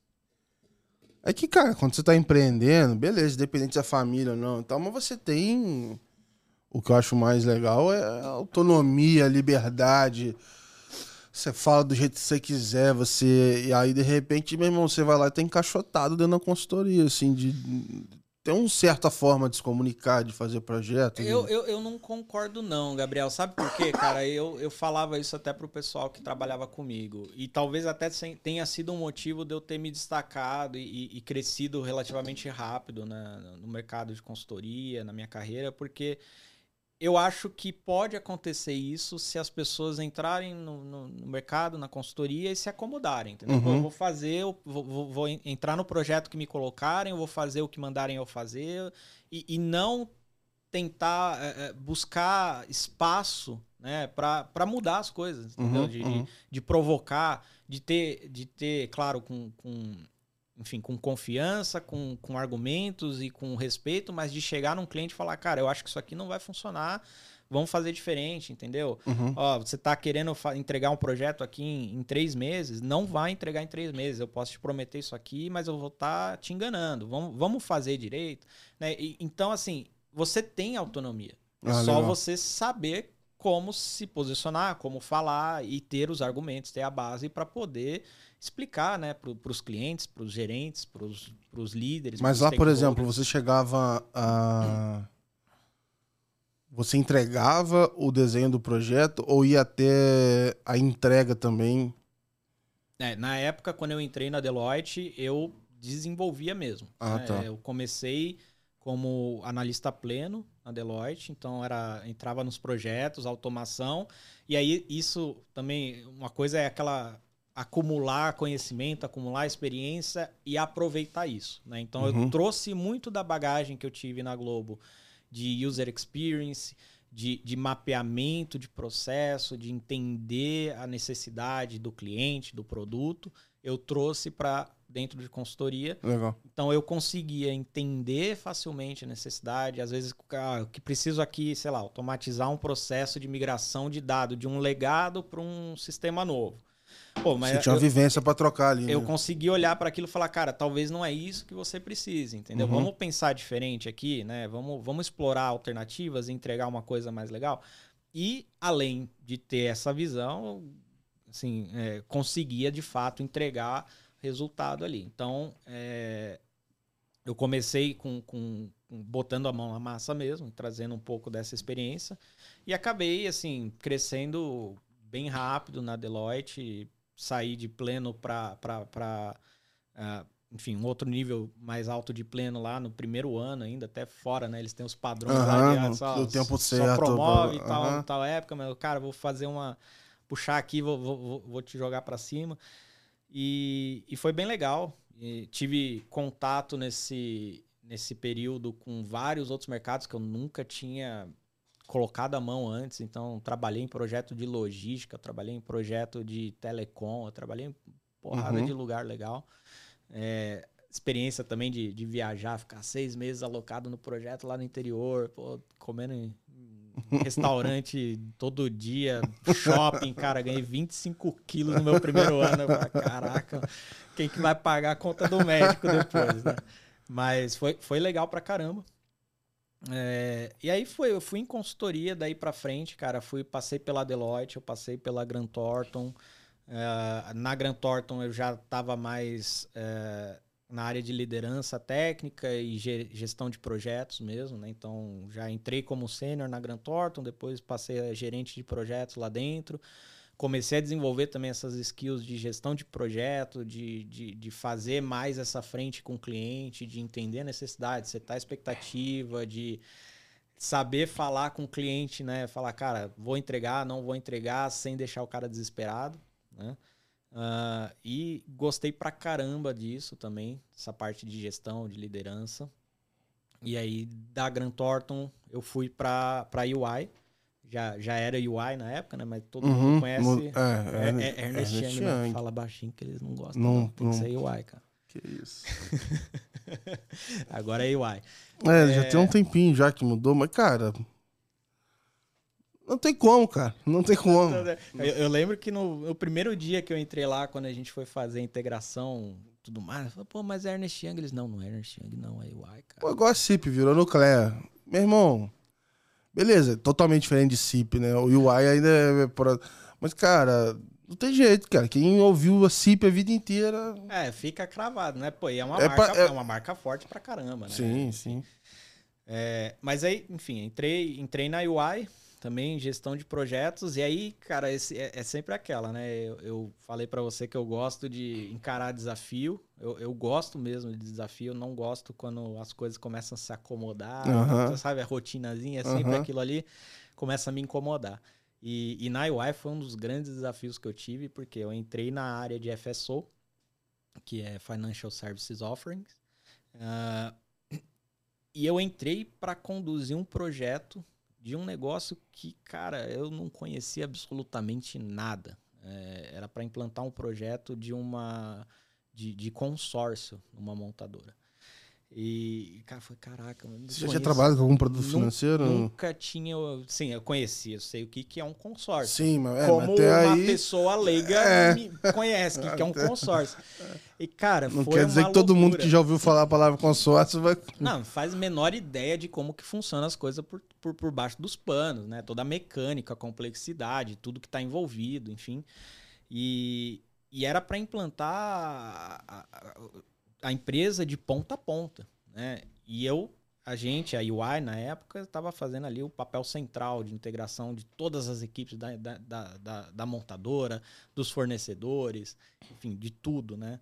é que, cara, quando você tá empreendendo, beleza, independente da família ou não, então, mas você tem... O que eu acho mais legal é a autonomia, a liberdade. Você fala do jeito que você quiser, você... E aí, de repente, meu irmão, você vai lá e tá encaixotado dentro da consultoria, assim, de... Tem uma certa forma de se comunicar, de fazer projeto. Eu, de... eu, eu não concordo não, Gabriel. Sabe por quê, cara? Eu, eu falava isso até pro pessoal que trabalhava comigo. E talvez até tenha sido um motivo de eu ter me destacado e, e crescido relativamente rápido, né, no mercado de consultoria, na minha carreira, porque eu acho que pode acontecer isso se as pessoas entrarem no, no, no mercado, na consultoria e se acomodarem, entendeu? Uhum. Pô, eu vou fazer, eu vou, vou, vou entrar no projeto que me colocarem, eu vou fazer o que mandarem eu fazer e, e não tentar é, buscar espaço, né, para mudar as coisas, entendeu? Uhum, de, uhum. de, de provocar, de ter, de ter claro, com... com enfim, com confiança, com, com argumentos e com respeito, mas de chegar num cliente e falar, cara, eu acho que isso aqui não vai funcionar, vamos fazer diferente, entendeu? Uhum. Ó, você tá querendo entregar um projeto aqui em, em três meses, não vai entregar em três meses, eu posso te prometer isso aqui, mas eu vou estar tá te enganando, vamos, vamos fazer direito, né? E, então, assim, você tem autonomia, é ah, só legal. você saber como se posicionar, como falar e ter os argumentos, ter a base para poder explicar, né, para os clientes, para os gerentes, para os líderes. Mas lá, por exemplo, você chegava a... Você entregava o desenho do projeto ou ia até a entrega também? É, na época, quando eu entrei na Deloitte, eu desenvolvia mesmo. Ah, né? tá. Eu comecei como analista pleno na Deloitte, então era, entrava nos projetos, automação, e aí isso também, uma coisa é aquela... acumular conhecimento, acumular experiência e aproveitar isso, né? Então, uhum. eu trouxe muito da bagagem que eu tive na Globo de user experience, de, de mapeamento de processo, de entender a necessidade do cliente, do produto. Eu trouxe para dentro de consultoria. Legal. Então, eu conseguia entender facilmente a necessidade. Às vezes, ah, o que preciso aqui, sei lá, automatizar um processo de migração de dado de um legado para um sistema novo. Pô, mas você tinha uma eu, vivência para trocar ali, né? Eu consegui olhar para aquilo e falar, cara, talvez não é isso que você precisa, entendeu? Uhum. Vamos pensar diferente aqui, né? Vamos, vamos explorar alternativas e entregar uma coisa mais legal. E, além de ter essa visão, assim, é, conseguia, de fato, entregar resultado ali. Então, é, eu comecei com, com, com botando a mão na massa mesmo, trazendo um pouco dessa experiência. E acabei, assim, crescendo bem rápido na Deloitte, sair de pleno para, uh, enfim, um outro nível mais alto de pleno lá no primeiro ano ainda, até fora, né? Eles têm os padrões uhum, lá de ah, só, o tempo só certo, promove pra... tal, uhum. tal época, mas, cara, vou fazer uma... puxar aqui, vou, vou, vou te jogar para cima. E, e foi bem legal. E tive contato nesse, nesse período com vários outros mercados que eu nunca tinha colocado a mão antes, então trabalhei em projeto de logística, trabalhei em projeto de telecom, eu trabalhei em porrada uhum. de lugar legal. É, experiência também de, de viajar, ficar seis meses alocado no projeto lá no interior, pô, comendo em restaurante todo dia, shopping, cara, ganhei vinte e cinco quilos no meu primeiro ano. Eu falei, caraca, quem que vai pagar a conta do médico depois, né? Mas foi, foi legal pra caramba. É, e aí foi, eu fui em consultoria daí pra frente, cara, fui, passei pela Deloitte, eu passei pela Grant Thornton. É, na Grant Thornton eu já estava mais é, na área de liderança técnica e gestão de projetos mesmo, né? Então já entrei como sênior na Grant Thornton, depois passei a gerente de projetos lá dentro. Comecei a desenvolver também essas skills de gestão de projeto, de, de, de fazer mais essa frente com o cliente, de entender a necessidade, setar a expectativa, de saber falar com o cliente, né? Falar, cara, vou entregar, não vou entregar, sem deixar o cara desesperado, né? Uh, e gostei pra caramba disso também, essa parte de gestão, de liderança. E aí, da Grant Thornton, eu fui pra, pra U I. Já, já era U I na época, né? Mas todo Uhum, mundo conhece. no- É, é, é, é Ernest Ernest Young, mas Young. fala baixinho que eles não gostam, Não, não. Tem não. que ser U I, cara. Que isso. Agora é U I. É, já tem um tempinho já que mudou, mas, cara... Não tem como, cara. Não tem como. Eu, eu lembro que no, no primeiro dia que eu entrei lá, quando a gente foi fazer a integração e tudo mais, eu falei, pô, mas é Ernest Young? Eles, não, não é Ernest Young, não, é U I, cara. Pô, igual a C I P, virou Nuclear. Meu irmão, beleza, totalmente diferente de C I P, né? O U I ainda é... Por... Mas, cara, não tem jeito, cara. Quem ouviu a C I P a vida inteira... É, fica cravado, né? Pô, e é uma, É marca, pra- é- é uma marca forte pra caramba, né? Sim, sim. É, mas aí, enfim, entrei, entrei na U I, também gestão de projetos, e aí, cara, esse, é, é sempre aquela, né? Eu, eu falei pra você que eu gosto de encarar desafio, eu, eu gosto mesmo de desafio, eu não gosto quando as coisas começam a se acomodar, Aham. sabe? A rotinazinha, é sempre Aham. aquilo ali, começa a me incomodar. E, e na U I foi um dos grandes desafios que eu tive, porque eu entrei na área de F S O, que é Financial Services Offerings, uh, e eu entrei para conduzir um projeto de um negócio que, cara, eu não conhecia absolutamente nada. É, era para implantar um projeto de uma de, de consórcio numa montadora. E, cara, foi caraca. Eu não Você já tinha conheço- trabalhado com algum produto nu- financeiro? Nunca tinha. Sim, eu conhecia, eu sei o que, que é um consórcio. Sim, mas, é, mas Como até uma aí... pessoa leiga É. me conhece o que, que é um Até- consórcio. E, cara, Não foi quer dizer uma que todo mundo loucura. que já ouviu falar a palavra consórcio vai... Não, faz a menor ideia de como que funcionam as coisas por, por, por baixo dos panos, né? Toda a mecânica, a complexidade, tudo que está envolvido, enfim. E, e era para implantar a, a, a empresa de ponta a ponta, né? E eu, a gente, a U I na época, estava fazendo ali o papel central de integração de todas as equipes da, da, da, da, da montadora, dos fornecedores, enfim, de tudo, né?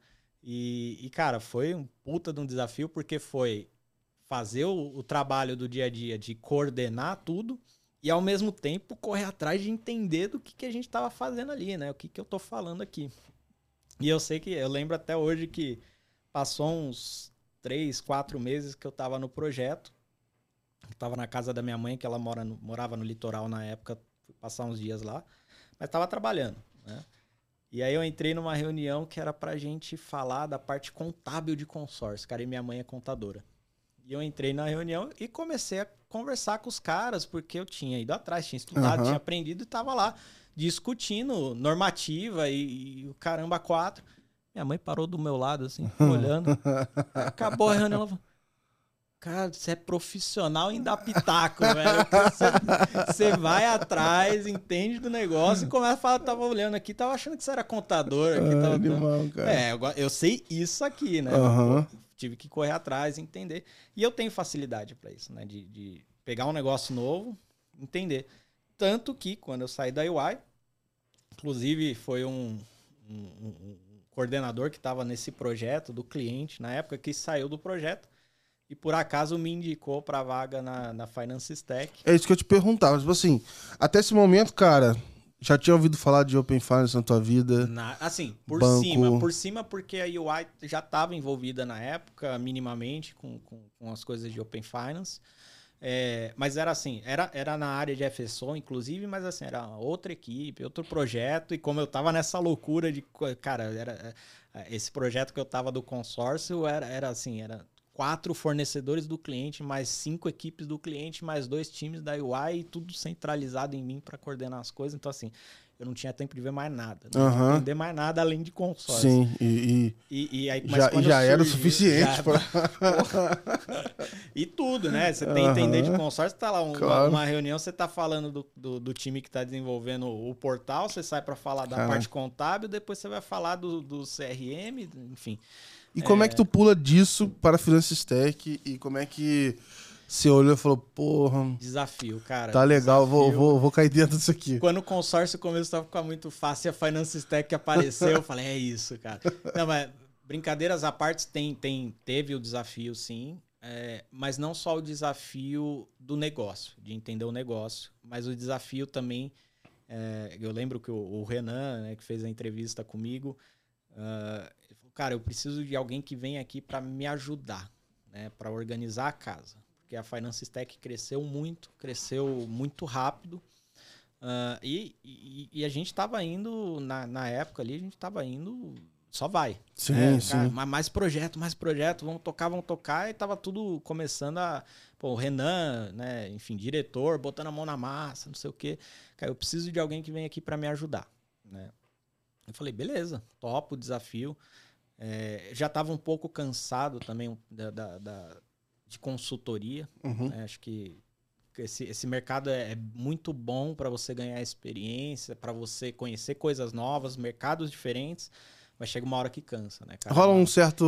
E, e, cara, foi um puta de um desafio, porque foi fazer o, o trabalho do dia a dia de coordenar tudo e, ao mesmo tempo, correr atrás de entender do que, que a gente estava fazendo ali, né? O que, que eu tô falando aqui. E eu sei que, eu lembro até hoje que passou uns três, quatro meses que eu tava no projeto. Eu tava na casa da minha mãe, que ela mora no, morava no litoral na época, fui passar uns dias lá, mas tava trabalhando, né? E aí eu entrei numa reunião que era pra gente falar da parte contábil de consórcio. Cara, e minha mãe é contadora. E eu entrei na reunião e comecei a conversar com os caras, porque eu tinha ido atrás, tinha estudado, Aham. tinha aprendido e tava lá discutindo normativa e, e o caramba quatro. Minha mãe parou do meu lado, assim, ficou olhando. Acabou a reunião, ela falou, cara, você é profissional em dar pitaco, velho. Você, você vai atrás, entende do negócio e começa a falar, tava olhando aqui, tava achando que você era contador. Aqui, Ah, tava... animal, cara. É, eu, eu sei isso aqui, né? Aham. Pô, tive que correr atrás, entender. E eu tenho facilidade para isso, né? De, de pegar um negócio novo, entender. Tanto que, quando eu saí da U I, inclusive foi um, um, um coordenador que estava nesse projeto do cliente, na época, que saiu do projeto e, por acaso, me indicou para a vaga na, na Finance Stack. É isso que eu te perguntava. Tipo assim, até esse momento, cara, já tinha ouvido falar de Open Finance na tua vida? Na, assim, por Banco. cima. Por cima, porque a U I já estava envolvida na época, minimamente, com, com, com as coisas de Open Finance. É, mas era assim, era, era na área de F S O, inclusive, mas assim, era outra equipe, outro projeto. E como eu tava nessa loucura de... Cara, era, esse projeto que eu tava do consórcio era, era assim, era quatro fornecedores do cliente, mais cinco equipes do cliente, mais dois times da U I, e tudo centralizado em mim para coordenar as coisas. Então, assim, eu não tinha tempo de ver mais nada, não Aham. entender mais nada além de consórcio. Sim, e, E, e aí, e mas já, e quando já era o surgiu- suficiente já- pra... E tudo, né? Você tem que entender de Aham. consórcio, tá lá um- Claro. uma, uma reunião, você tá falando do, do, do time que tá desenvolvendo o portal, você sai para falar da Caraca. parte contábil, depois você vai falar do, do C R M, enfim. E como é que tu pula disso para a Finance Stack? E como é que você olhou e falou, porra, Desafio, cara. tá legal, vou, desafio. vou, vou cair dentro disso aqui. Quando o consórcio começou a ficar muito fácil e a Finance Stack apareceu, eu falei, é isso, cara. Não, mas brincadeiras à parte, tem, tem, teve o desafio, sim. É, mas não só o desafio do negócio, de entender o negócio, mas o desafio também... É, eu lembro que o, o Renan, né, que fez a entrevista comigo, uh, ele falou, cara, eu preciso de alguém que venha aqui para me ajudar, né, para organizar a casa. porque a Finance Stack cresceu muito, cresceu muito rápido. Uh, e, e, e a gente estava indo, na, na época ali, a gente estava indo, só vai. Sim, né? sim. Cara, mais projeto, mais projeto, vamos tocar, vamos tocar. E tava tudo começando a... Pô, o Renan, né, enfim, diretor, botando a mão na massa, não sei o quê. Cara, eu preciso de alguém que venha aqui para me ajudar, né? Eu falei, beleza, topo o desafio. É, já estava um pouco cansado também da, da, da, de consultoria. Uhum. Né? Acho que esse, esse mercado é, é muito bom para você ganhar experiência, para você conhecer coisas novas, mercados diferentes, mas chega uma hora que cansa, né, cara? Rola um certo...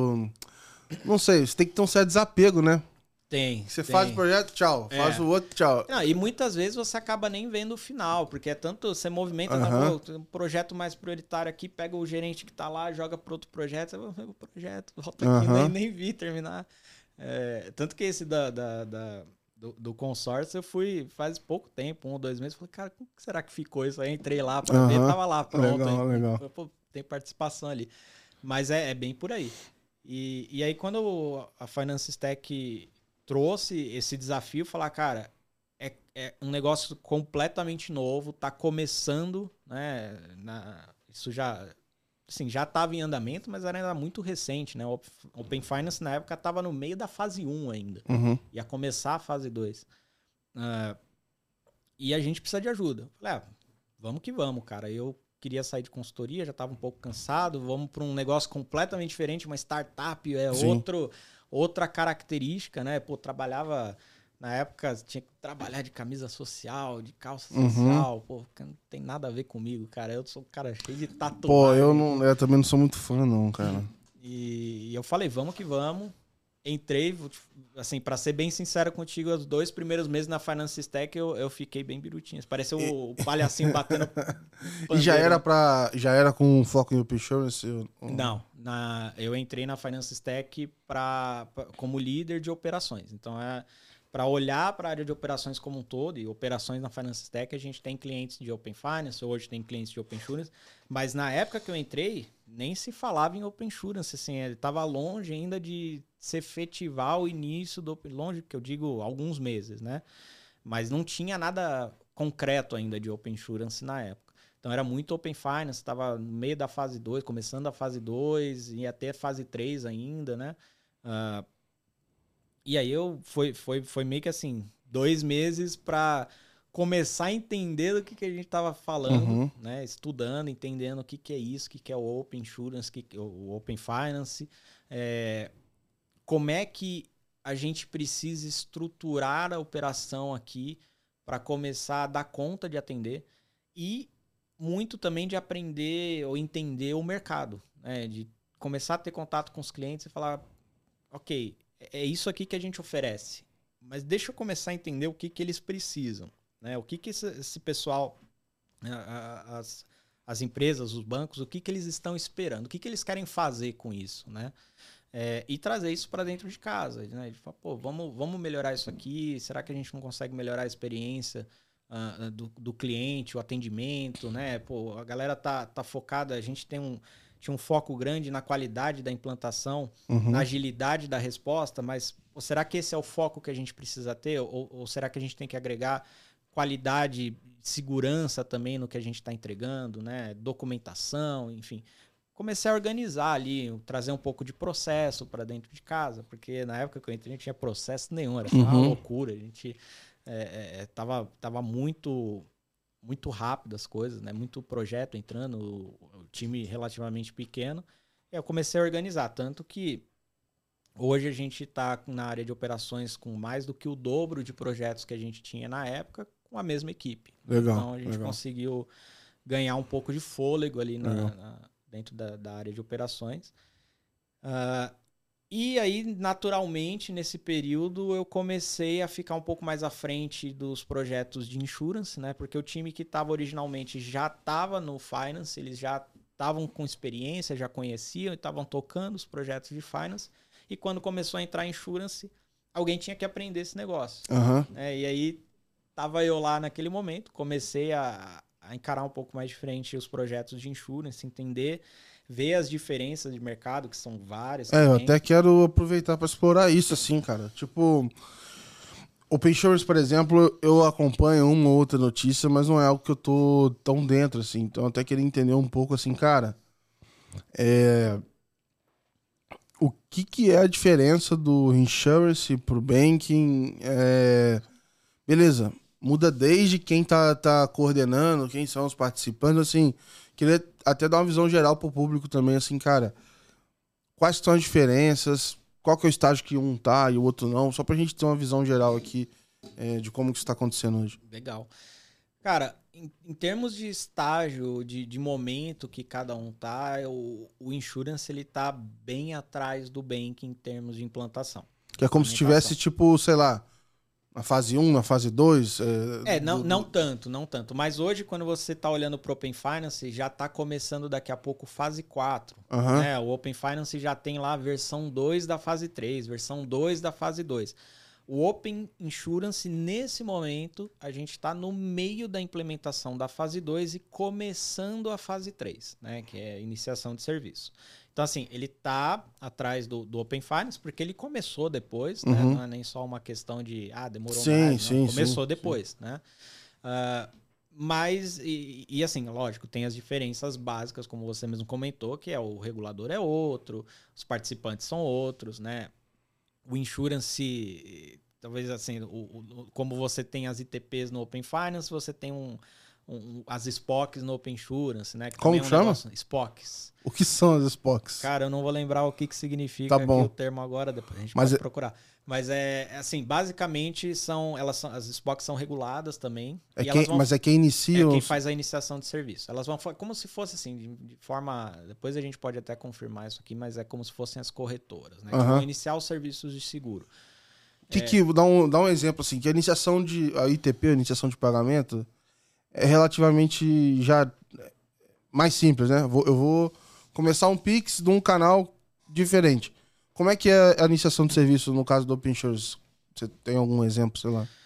Não sei, você tem que ter um certo desapego, né? Tem. Você tem. faz o projeto, tchau. É. Faz o outro, tchau. Não, e muitas vezes você acaba nem vendo o final, porque é tanto, você movimenta, Uhum. tá, um projeto mais prioritário aqui, pega o gerente que tá lá, joga para outro projeto, você vai o projeto, volta aqui, Uhum. nem, nem vi terminar. É, tanto que esse da, da, da, do, do consórcio eu fui faz pouco tempo, um ou dois meses, falei, cara, como que será que ficou isso aí? Entrei lá para Uhum. ver, tava lá, pronto. Legal, aí, legal. Pô, tem participação ali. Mas é, é bem por aí. E, e aí quando a Finance Stack trouxe esse desafio, falar, cara, é, é um negócio completamente novo, tá começando, né? Na, isso já, assim, já estava em andamento, mas era ainda muito recente, né? O Open Finance na época estava no meio da fase um ainda. Uhum. Ia começar a fase dois. Uh, e a gente precisa de ajuda. Falei, ah, vamos que vamos, cara. Eu queria sair de consultoria, já estava um pouco cansado, vamos para um negócio completamente diferente, uma startup, é Sim. outro... Outra característica, né? Pô, trabalhava... Na época, tinha que trabalhar de camisa social, de calça Uhum. social. Pô, não tem nada a ver comigo, cara. Eu sou um cara cheio de tatuagem. Pô, eu, não, eu também não sou muito fã, não, cara. E, e eu falei, vamos que vamos. Entrei, assim, pra ser bem sincero contigo, os dois primeiros meses na Finance Stack eu, eu fiquei bem birutinho. Pareceu o, o palhacinho batendo E já pandeiro. era para já era com foco em Open Insurance? Eu... Não, na, eu entrei na Finance Stack pra, pra, como líder de operações. Então, é para olhar para a área de operações como um todo, e operações na Finance Stack, a gente tem clientes de Open Finance, hoje tem clientes de Open Insurance, mas na época que eu entrei, nem se falava em Open Insurance, assim, ele estava longe ainda de se efetivar o início do Open, longe, que eu digo alguns meses, né? Mas não tinha nada concreto ainda de Open Insurance na época. Então era muito Open Finance, estava no meio da fase dois, começando a fase dois, e até fase três ainda, né? Uh, e aí eu foi, foi, foi meio que assim, dois meses para começar a entender do que, que a gente estava falando, Uhum. né? Estudando, entendendo o que, que é isso, o que, que é o Open Insurance, o, que, o Open Finance, é, como é que a gente precisa estruturar a operação aqui para começar a dar conta de atender e muito também de aprender ou entender o mercado, né? De começar a ter contato com os clientes e falar, ok, é isso aqui que a gente oferece, mas deixa eu começar a entender o que, que eles precisam, né? O que, que esse, esse pessoal, as, as empresas, os bancos, o que, que eles estão esperando, o que, que eles querem fazer com isso, né? É, e trazer isso para dentro de casa, né? De falar, pô, vamos, vamos melhorar isso aqui, será que a gente não consegue melhorar a experiência uh, do, do cliente, o atendimento, né? Pô, a galera tá, tá focada, a gente tem um... tinha um foco grande na qualidade da implantação, uhum. na agilidade da resposta, mas ou será que esse é o foco que a gente precisa ter? Ou, ou será que a gente tem que agregar qualidade, segurança também no que a gente está entregando, né? Documentação, enfim. Comecei a organizar ali, trazer um pouco de processo para dentro de casa, porque na época que eu entrei não tinha processo nenhum, era só uma Uhum. loucura. A gente é, é, tava, tava muito... muito rápido as coisas, né? Muito projeto entrando, o, o time relativamente pequeno. E eu comecei a organizar, tanto que hoje a gente está na área de operações com mais do que o dobro de projetos que a gente tinha na época com a mesma equipe. Legal, então a gente legal. conseguiu ganhar um pouco de fôlego ali na, Legal. na, dentro da, da área de operações. Uh, E aí, naturalmente, nesse período, eu comecei a ficar um pouco mais à frente dos projetos de insurance, né? Porque o time que estava originalmente já estava no finance, eles já estavam com experiência, já conheciam e estavam tocando os projetos de finance. E quando começou a entrar insurance, alguém tinha que aprender esse negócio. Uhum. Né? E aí, estava eu lá naquele momento, comecei a, a encarar um pouco mais de frente os projetos de insurance, entender... ver as diferenças de mercado, que são várias. É, eu tem. até quero aproveitar para explorar isso, assim, cara. Tipo, Open Insurance, por exemplo, eu acompanho uma ou outra notícia, mas não é algo que eu tô tão dentro, assim. Então, eu até queria entender um pouco, assim, cara, é... o que que é a diferença do insurance pro banking? É... Beleza, muda desde quem tá, tá coordenando, quem são os participantes, assim. Queria até dar uma visão geral pro público também, assim, cara. Quais são as diferenças? Qual que é o estágio que um tá e o outro não? Só pra gente ter uma visão geral aqui é, de como que isso tá acontecendo hoje. Legal. Cara, em, em termos de estágio, de, de momento que cada um tá, o, o insurance ele tá bem atrás do banking em termos de implantação. Que é como se tivesse, tipo, sei lá, na fase um, na fase dois. É, É, não, do, não do... tanto, não tanto. Mas hoje, quando você está olhando para o Open Finance, já está começando daqui a pouco fase quatro. Uhum. Né? O Open Finance já tem lá a versão dois da fase três, versão dois da fase dois. O Open Insurance, nesse momento, a gente está no meio da implementação da fase dois e começando a fase três, né? Que é a iniciação de serviço. Então, assim, ele está atrás do, do Open Finance, porque ele começou depois, né? Uhum. Não é nem só uma questão de, ah, demorou Sim, mais. sim, não. Começou sim, depois, sim. né? Uh, mas, e, e assim, lógico, tem as diferenças básicas, como você mesmo comentou, que é o regulador é outro, os participantes são outros, né? O insurance, talvez assim, o, o, como você tem as I T Ps no Open Finance, você tem um, um, as S P O Cs no Open Insurance, né? Que Como também é um chama? negócio, S P O Cs. O que são as S P O Cs? Cara, eu não vou lembrar o que, que significa Tá aqui bom. o termo agora, depois a gente Mas pode é... procurar. Mas é assim, basicamente são, elas são, as S P O Cs são reguladas também. É e quem, elas vão, mas é quem inicia... é quem os... faz a iniciação de serviço. Elas vão, como se fosse assim, de, de forma... Depois a gente pode até confirmar isso aqui, mas é como se fossem as corretoras, né? Uhum. Que vão iniciar os serviços de seguro. Que, é... que, dá, um, dá um exemplo, assim, que a iniciação de... A I T P, a iniciação de pagamento, é relativamente já mais simples, né? Eu vou, eu vou começar um Pix de um canal diferente. Como é que é a iniciação de serviço no caso do Open Insurance? Você tem algum exemplo, sei lá?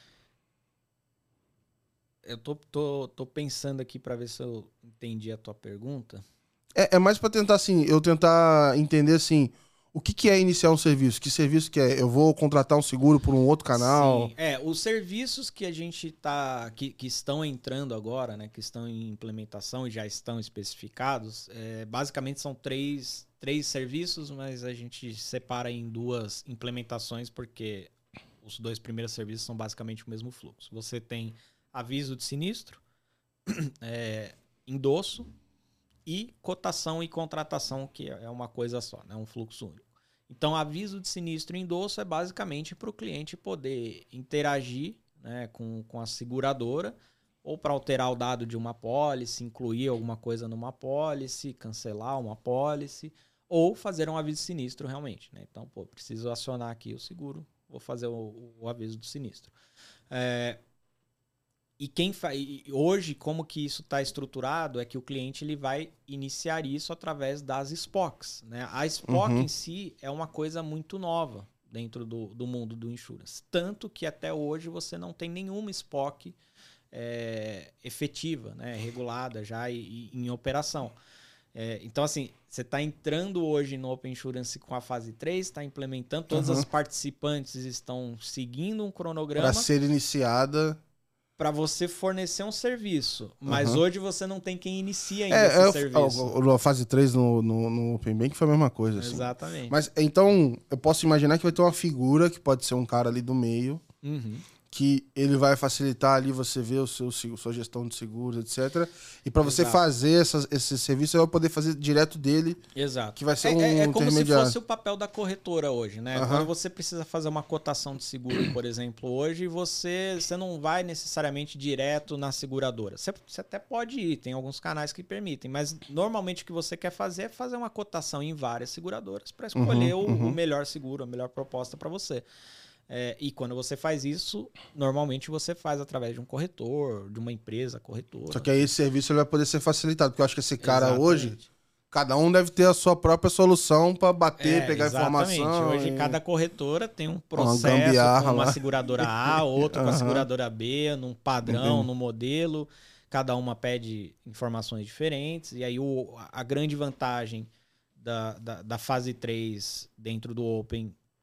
Eu tô, tô, tô pensando aqui para ver se eu entendi a tua pergunta. É, é mais para tentar, assim, eu tentar entender, assim, o que, que é iniciar um serviço? Que serviço que é? Eu vou contratar um seguro por um outro canal? Sim, é, os serviços que a gente tá, que, que estão entrando agora, né, que estão em implementação e já estão especificados, é, basicamente são três, três serviços, mas a gente separa em duas implementações porque os dois primeiros serviços são basicamente o mesmo fluxo. Você tem aviso de sinistro, é, endosso e cotação e contratação, que é uma coisa só, né, um fluxo único. Então, aviso de sinistro e endosso é basicamente para o cliente poder interagir, né, com, com a seguradora ou para alterar o dado de uma apólice, incluir alguma coisa numa apólice, cancelar uma apólice ou fazer um aviso de sinistro realmente. Né? Então, pô, preciso acionar aqui o seguro, vou fazer o, o aviso do sinistro. É, e quem fa... hoje, como que isso está estruturado, é que o cliente ele vai iniciar isso através das S P O Cs. Né? A S P O C uhum. em si é uma coisa muito nova dentro do, do mundo do insurance. Tanto que até hoje você não tem nenhuma S P O C é, efetiva, né? regulada já e, e em operação. É, então, assim, você está entrando hoje no Open Insurance com a fase três, está implementando, todas uhum. as participantes estão seguindo um cronograma. Para ser iniciada... Para você fornecer um serviço. Mas uhum. hoje você não tem quem inicia ainda é, esse é, serviço. A, a fase três no, no, no Open Bank foi a mesma coisa. Assim. Exatamente. Mas então, eu posso imaginar que vai ter uma figura, que pode ser um cara ali do meio, uhum. que ele vai facilitar ali você ver o seu, sua gestão de seguros, etcétera. E para você fazer essas, esse serviço, você vai poder fazer direto dele. Exato. Que vai ser é, um é, é como se intermediário. fosse o papel da corretora hoje, né? Uhum. Quando você precisa fazer uma cotação de seguro, por exemplo, hoje, você, você não vai necessariamente direto na seguradora. Você, você até pode ir, tem alguns canais que permitem, mas normalmente o que você quer fazer é fazer uma cotação em várias seguradoras para escolher uhum, o, uhum. o melhor seguro, a melhor proposta para você. É, e quando você faz isso, normalmente você faz através de um corretor, de uma empresa corretora. Só que aí esse serviço ele vai poder ser facilitado, porque eu acho que esse cara exatamente. Hoje, cada um deve ter a sua própria solução para bater, é, pegar exatamente. informação. Hoje e... cada corretora tem um processo uma com uma lá. seguradora A, outro com uhum. a seguradora B, num padrão, Entendi. num modelo. Cada uma pede informações diferentes. E aí o, a grande vantagem da, da, da fase três dentro do Open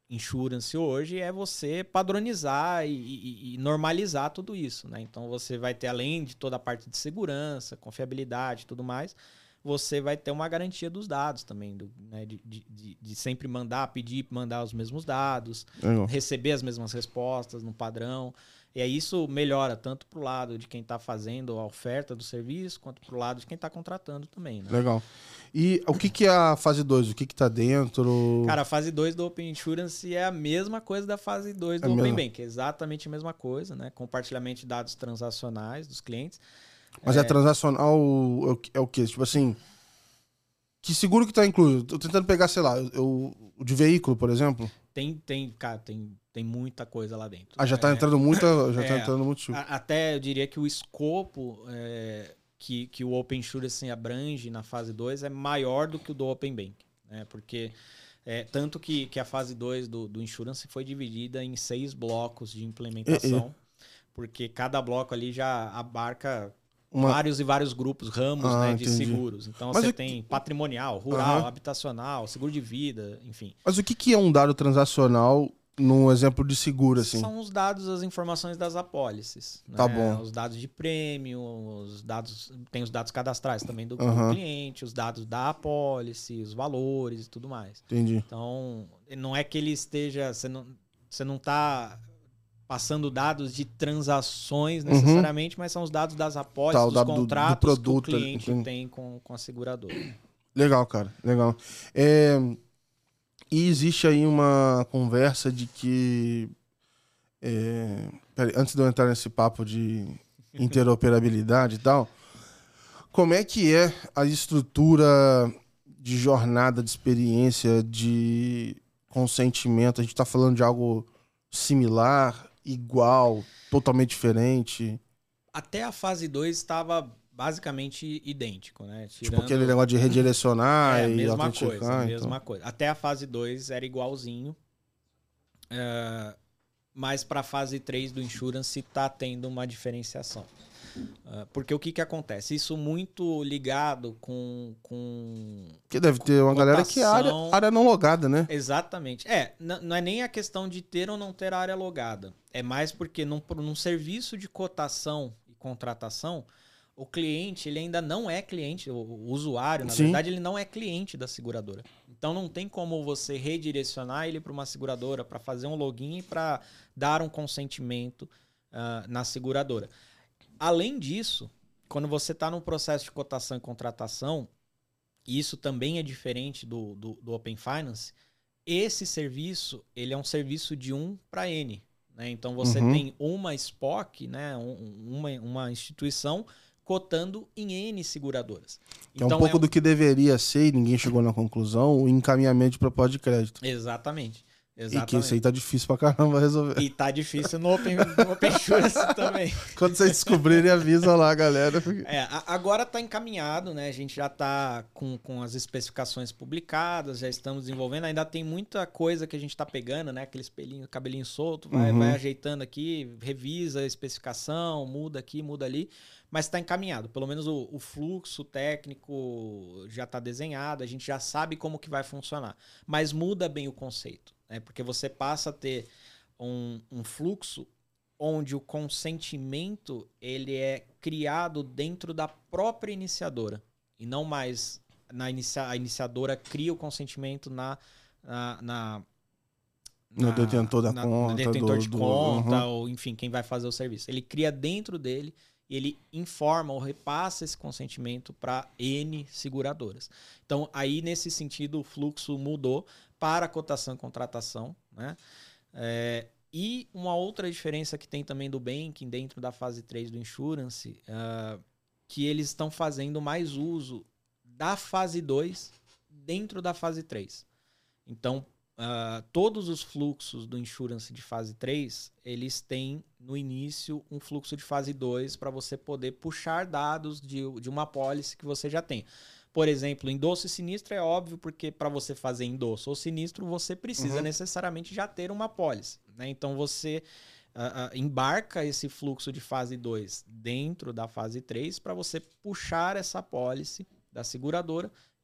insurance hoje é você padronizar e, e, e normalizar tudo isso, né? Então você vai ter, além de toda a parte de segurança, confiabilidade e tudo mais, você vai ter uma garantia dos dados também, do, né? de, de, de sempre mandar, pedir, mandar os mesmos dados, Legal. receber as mesmas respostas no padrão. E aí isso melhora tanto para o lado de quem está fazendo a oferta do serviço, quanto para o lado de quem está contratando também, né? Legal. E o que, que é a fase dois? O que está dentro? Cara, a fase dois do Open Insurance é a mesma coisa da fase dois do É Open mesmo? Bank. É exatamente a mesma coisa, né? Compartilhamento de dados transacionais dos clientes. Mas é, transacional, é o, é o quê? Tipo assim, que seguro que está incluído? Tô tentando pegar, sei lá, eu, o de veículo, por exemplo. Tem, tem, cara, tem, tem muita coisa lá dentro. Ah, já né? tá entrando muita, já É, tá entrando muito tipo. a- Até eu diria que o escopo é, que, que o Open Insurance abrange na fase dois é maior do que o do Open Bank. Né? Porque é, tanto que, que a fase dois do, do Insurance foi dividida em seis blocos de implementação. Porque cada bloco ali já abarca Uma... vários e vários grupos, ramos Ah, né, de entendi. seguros. Então Mas você o que- tem patrimonial, rural, Aham. habitacional, seguro de vida, enfim. Mas o que, que é um dado transacional num exemplo de seguro, assim? São os dados, as informações das apólices. Tá né? bom. Os dados de prêmio, os dados, tem os dados cadastrais também do, do Aham. cliente, os dados da apólice, os valores e tudo mais. Entendi. Então, não é que ele esteja... Você não, você não está passando dados de transações necessariamente, mas são os dados das apólices, Tá, o dos dado do- do contratos produto, que o cliente entendi. tem com, com a seguradora. Legal, cara. Legal. É, E existe aí uma conversa de que... é, peraí, antes de eu entrar nesse papo de interoperabilidade e tal, como é que é a estrutura de jornada, de experiência, de consentimento? A gente tá falando de algo similar, igual, totalmente diferente? Até a fase dois estava basicamente idêntico, né? Tipo Tirando- aquele negócio de redirecionar É, e mesma autenticar, coisa, então. mesma coisa. Até a fase dois era igualzinho. É, mas para a fase três do Insurance está tendo uma diferenciação. É, porque o que, que acontece? Isso muito ligado com... com... Porque deve ter uma galera que é área, Cotação. área não logada, né? Exatamente. É, n- não é nem a questão de ter ou não ter área logada. É mais porque num, num serviço de cotação e contratação, o cliente ele ainda não é cliente, o, o usuário, na Sim. verdade, ele não é cliente da seguradora. Então não tem como você redirecionar ele para uma seguradora para fazer um login e para dar um consentimento ah, na seguradora. Além disso, quando você está num processo de cotação e contratação, e isso também é diferente do, do, do Open Finance, esse serviço ele é um serviço de um para N. Né? Então você Uhum. tem uma S P O C, né? um, uma, uma instituição cotando em N seguradoras. Que é um pouco do que deveria ser, e ninguém chegou na conclusão, o encaminhamento de proposta de crédito. Exatamente. E que Exatamente. isso aí tá difícil pra caramba resolver. E tá difícil no Open, no Open Insurance também. Quando vocês descobrirem, avisa lá, galera. É, a- agora está encaminhado, né? A gente já está com, com as especificações publicadas, já estamos desenvolvendo. Ainda tem muita coisa que a gente está pegando, né? Aquele espelhinho, cabelinho solto, vai, Uhum. vai ajeitando aqui, revisa a especificação, muda aqui, muda ali. Mas está encaminhado. Pelo menos o, o fluxo técnico já está desenhado, a gente já sabe como que vai funcionar. Mas muda bem o conceito, né? Porque você passa a ter um, um fluxo onde o consentimento ele é criado dentro da própria iniciadora e não mais na inicia a iniciadora cria o consentimento na na, na No detentor da na- conta, no detentor do- de do- conta uhum. ou enfim quem vai fazer o serviço. Ele cria dentro dele e ele informa ou repassa esse consentimento para N seguradoras. Então aí nesse sentido o fluxo mudou para cotação e contratação, né? É, e uma outra diferença que tem também do banking dentro da fase três do insurance, uh, que eles estão fazendo mais uso da fase dois dentro da fase três. Então, uh, todos os fluxos do insurance de fase três, eles têm no início um fluxo de fase dois para você poder puxar dados de, de uma apólice que você já tem. Por exemplo, endosso e sinistro é óbvio, porque para você fazer endosso ou sinistro, você precisa Uhum. necessariamente já ter uma apólice. Né? Então você uh, uh, embarca esse fluxo de fase dois dentro da fase três para você puxar essa apólice da seguradora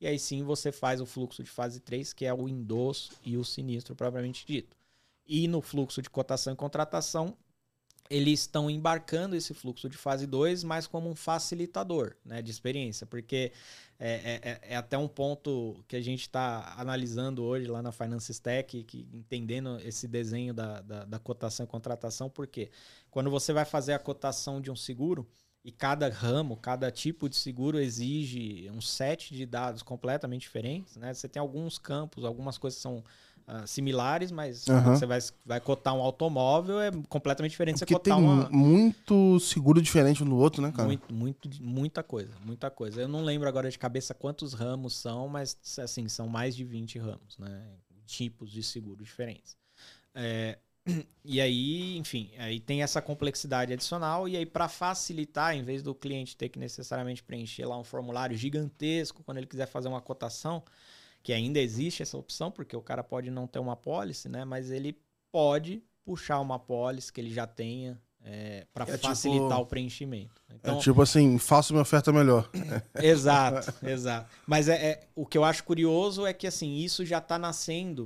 e aí sim você faz o fluxo de fase três, que é o endosso e o sinistro propriamente dito. E no fluxo de cotação e contratação, eles estão embarcando esse fluxo de fase dois mais como um facilitador, né, de experiência, porque é, é, é até um ponto que a gente está analisando hoje lá na Finance Stack, que, entendendo esse desenho da, da, da cotação e contratação, porque quando você vai fazer a cotação de um seguro, e cada ramo, cada tipo de seguro exige um set de dados completamente diferentes, né? Você tem alguns campos, algumas coisas que são Uh, similares, mas uhum. quando você vai, vai cotar um automóvel é completamente diferente. Porque você cotar tem uma... muito seguro diferente um do outro, né, cara? Muito, muito, muita coisa, muita coisa. Eu não lembro agora de cabeça quantos ramos são, mas assim, são mais de vinte ramos, né? Tipos de seguro diferentes. É, e aí, enfim, aí tem essa complexidade adicional, e aí para facilitar, em vez do cliente ter que necessariamente preencher lá um formulário gigantesco quando ele quiser fazer uma cotação, que ainda existe essa opção, porque o cara pode não ter uma apólice, né? Mas ele pode puxar uma apólice que ele já tenha é, para é facilitar tipo, o preenchimento. Então, é tipo assim, faça uma oferta melhor. Exato, exato. Mas é, é, o que eu acho curioso é que assim, isso já está nascendo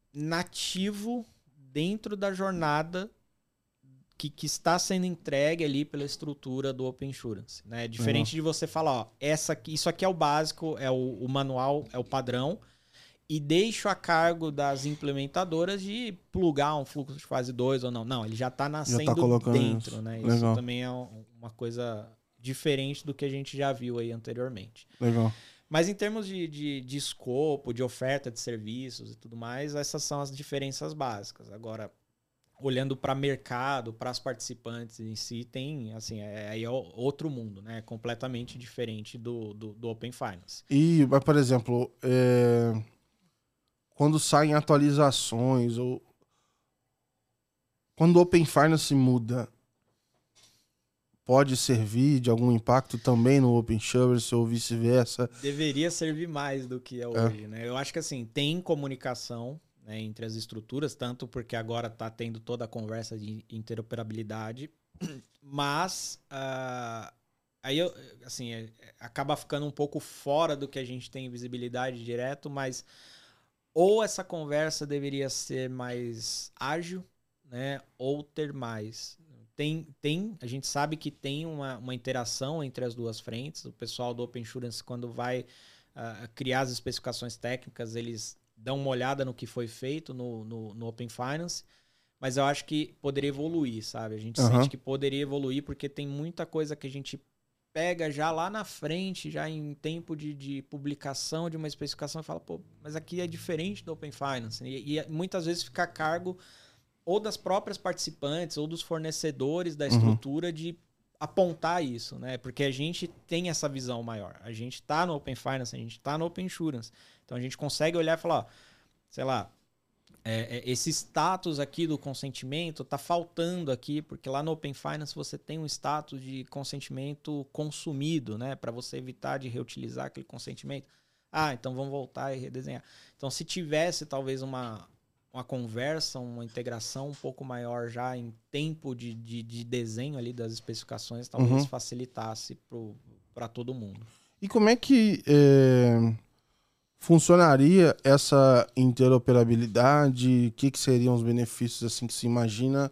nativo dentro da jornada que, que está sendo entregue ali pela estrutura do Open Insurance, né? Diferente uhum. de você falar, ó, essa aqui, isso aqui é o básico, é o, o manual, é o padrão, e deixo a cargo das implementadoras de plugar um fluxo de fase dois ou não. Não, ele já está nascendo já tá dentro, isso. Né? Isso Legal. Também é uma coisa diferente do que a gente já viu aí anteriormente. Legal. Mas em termos de, de, de escopo, de oferta de serviços e tudo mais, essas são as diferenças básicas. Agora, olhando para mercado, para as participantes em si, tem, assim, é, aí é outro mundo, né? Completamente diferente do, do, do Open Finance. E, mas, por exemplo, é... quando saem atualizações ou quando o Open Finance muda, pode servir de algum impacto também no Open Insurance ou vice-versa? Deveria servir mais do que é hoje, é. né? Eu acho que, assim, tem comunicação, né, entre as estruturas, tanto porque agora está tendo toda a conversa de interoperabilidade, mas uh, aí eu, assim, é, acaba ficando um pouco fora do que a gente tem visibilidade direto, mas ou essa conversa deveria ser mais ágil, né, ou ter mais. Tem, tem, a gente sabe que tem uma, uma interação entre as duas frentes. O pessoal do Open Insurance, quando vai uh, criar as especificações técnicas, eles dão uma olhada no que foi feito no, no, no Open Finance, mas eu acho que poderia evoluir, sabe? A gente uhum. sente que poderia evoluir porque tem muita coisa que a gente pega já lá na frente, já em tempo de, de publicação de uma especificação e fala, pô, mas aqui é diferente do Open Finance. E, e muitas vezes fica a cargo ou das próprias participantes ou dos fornecedores da estrutura uhum. de apontar isso, né? Porque a gente tem essa visão maior. A gente está no Open Finance, a gente está no Open Insurance. Então a gente consegue olhar e falar, ó, sei lá, é, é, esse status aqui do consentimento está faltando aqui, porque lá no Open Finance você tem um status de consentimento consumido, né? Para você evitar de reutilizar aquele consentimento. Ah, então vamos voltar e redesenhar. Então se tivesse talvez uma, uma conversa, uma integração um pouco maior já em tempo de, de, de desenho ali das especificações, talvez uhum. facilitasse para todo mundo. E como é que é, funcionaria essa interoperabilidade? O que, que seriam os benefícios assim que se imagina?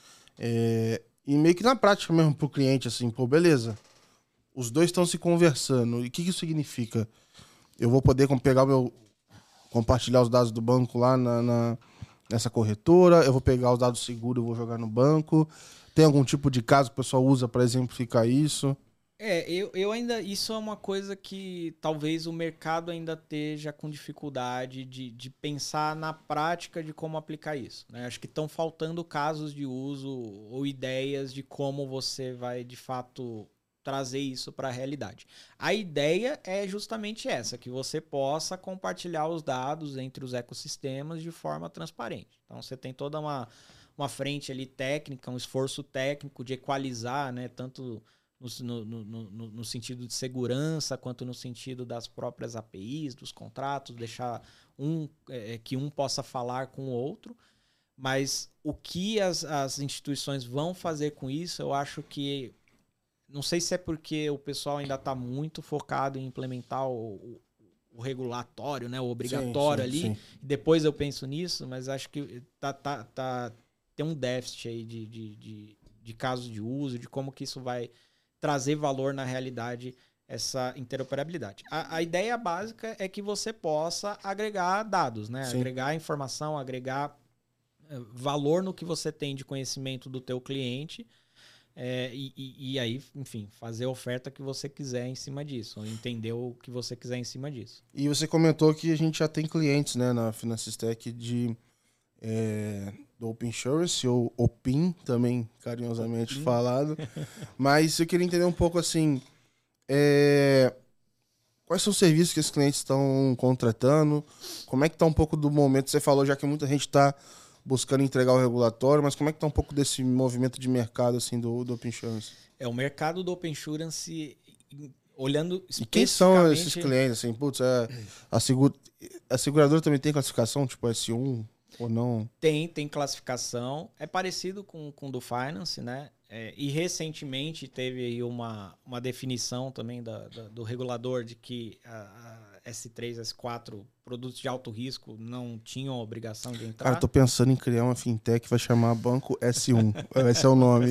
É, e meio que na prática mesmo para o cliente, assim, pô, beleza. Os dois estão se conversando. E o que, que isso significa? Eu vou poder pegar o meu... compartilhar os dados do banco lá na, na, nessa corretora, eu vou pegar os dados seguros e vou jogar no banco. Tem algum tipo de caso que o pessoal usa para exemplificar isso? É, eu, eu ainda... Isso é uma coisa que talvez o mercado ainda esteja com dificuldade de, de pensar na prática de como aplicar isso, né? Acho que estão faltando casos de uso ou ideias de como você vai, de fato, trazer isso para a realidade. A ideia é justamente essa, que você possa compartilhar os dados entre os ecossistemas de forma transparente. Então, você tem toda uma, uma frente ali técnica, um esforço técnico de equalizar, né, tanto no, no, no, no sentido de segurança, quanto no sentido das próprias A P Is, dos contratos, deixar um, é, que um possa falar com o outro. Mas o que as, as instituições vão fazer com isso, eu acho que... Não sei se é porque o pessoal ainda está muito focado em implementar o, o, o regulatório, né, o obrigatório sim, sim, ali, sim. Depois eu penso nisso, mas acho que tá, tá, tá, tem um déficit aí de, de, de, de casos de uso, de como que isso vai trazer valor na realidade, essa interoperabilidade. A, a ideia básica é que você possa agregar dados, né? Sim. Agregar informação, agregar uh, valor no que você tem de conhecimento do teu cliente, é, e, e, e aí, enfim, fazer a oferta que você quiser em cima disso, ou entender o que você quiser em cima disso. E você comentou que a gente já tem clientes, né, na Finansys-Tech de, é, do Open Insurance, ou OPIN, também carinhosamente Opin. falado. Mas eu queria entender um pouco assim, é, quais são os serviços que esses clientes estão contratando, como é que está um pouco do momento, você falou já que muita gente está buscando entregar o regulatório, mas como é que está um pouco desse movimento de mercado assim do, do Open Insurance? É, o mercado do Open Insurance, olhando especificamente... E quem são esses clientes? Assim, putz, é, a, segura, a seguradora também tem classificação, tipo S um ou não? Tem, tem classificação. É parecido com o do Finance, né? É, e recentemente teve aí uma, uma definição também da, da, do regulador de que a, a S três, S quatro, produtos de alto risco, não tinham a obrigação de entrar. Cara, eu tô pensando em criar uma fintech que vai chamar Banco S um. Vai ser o nome.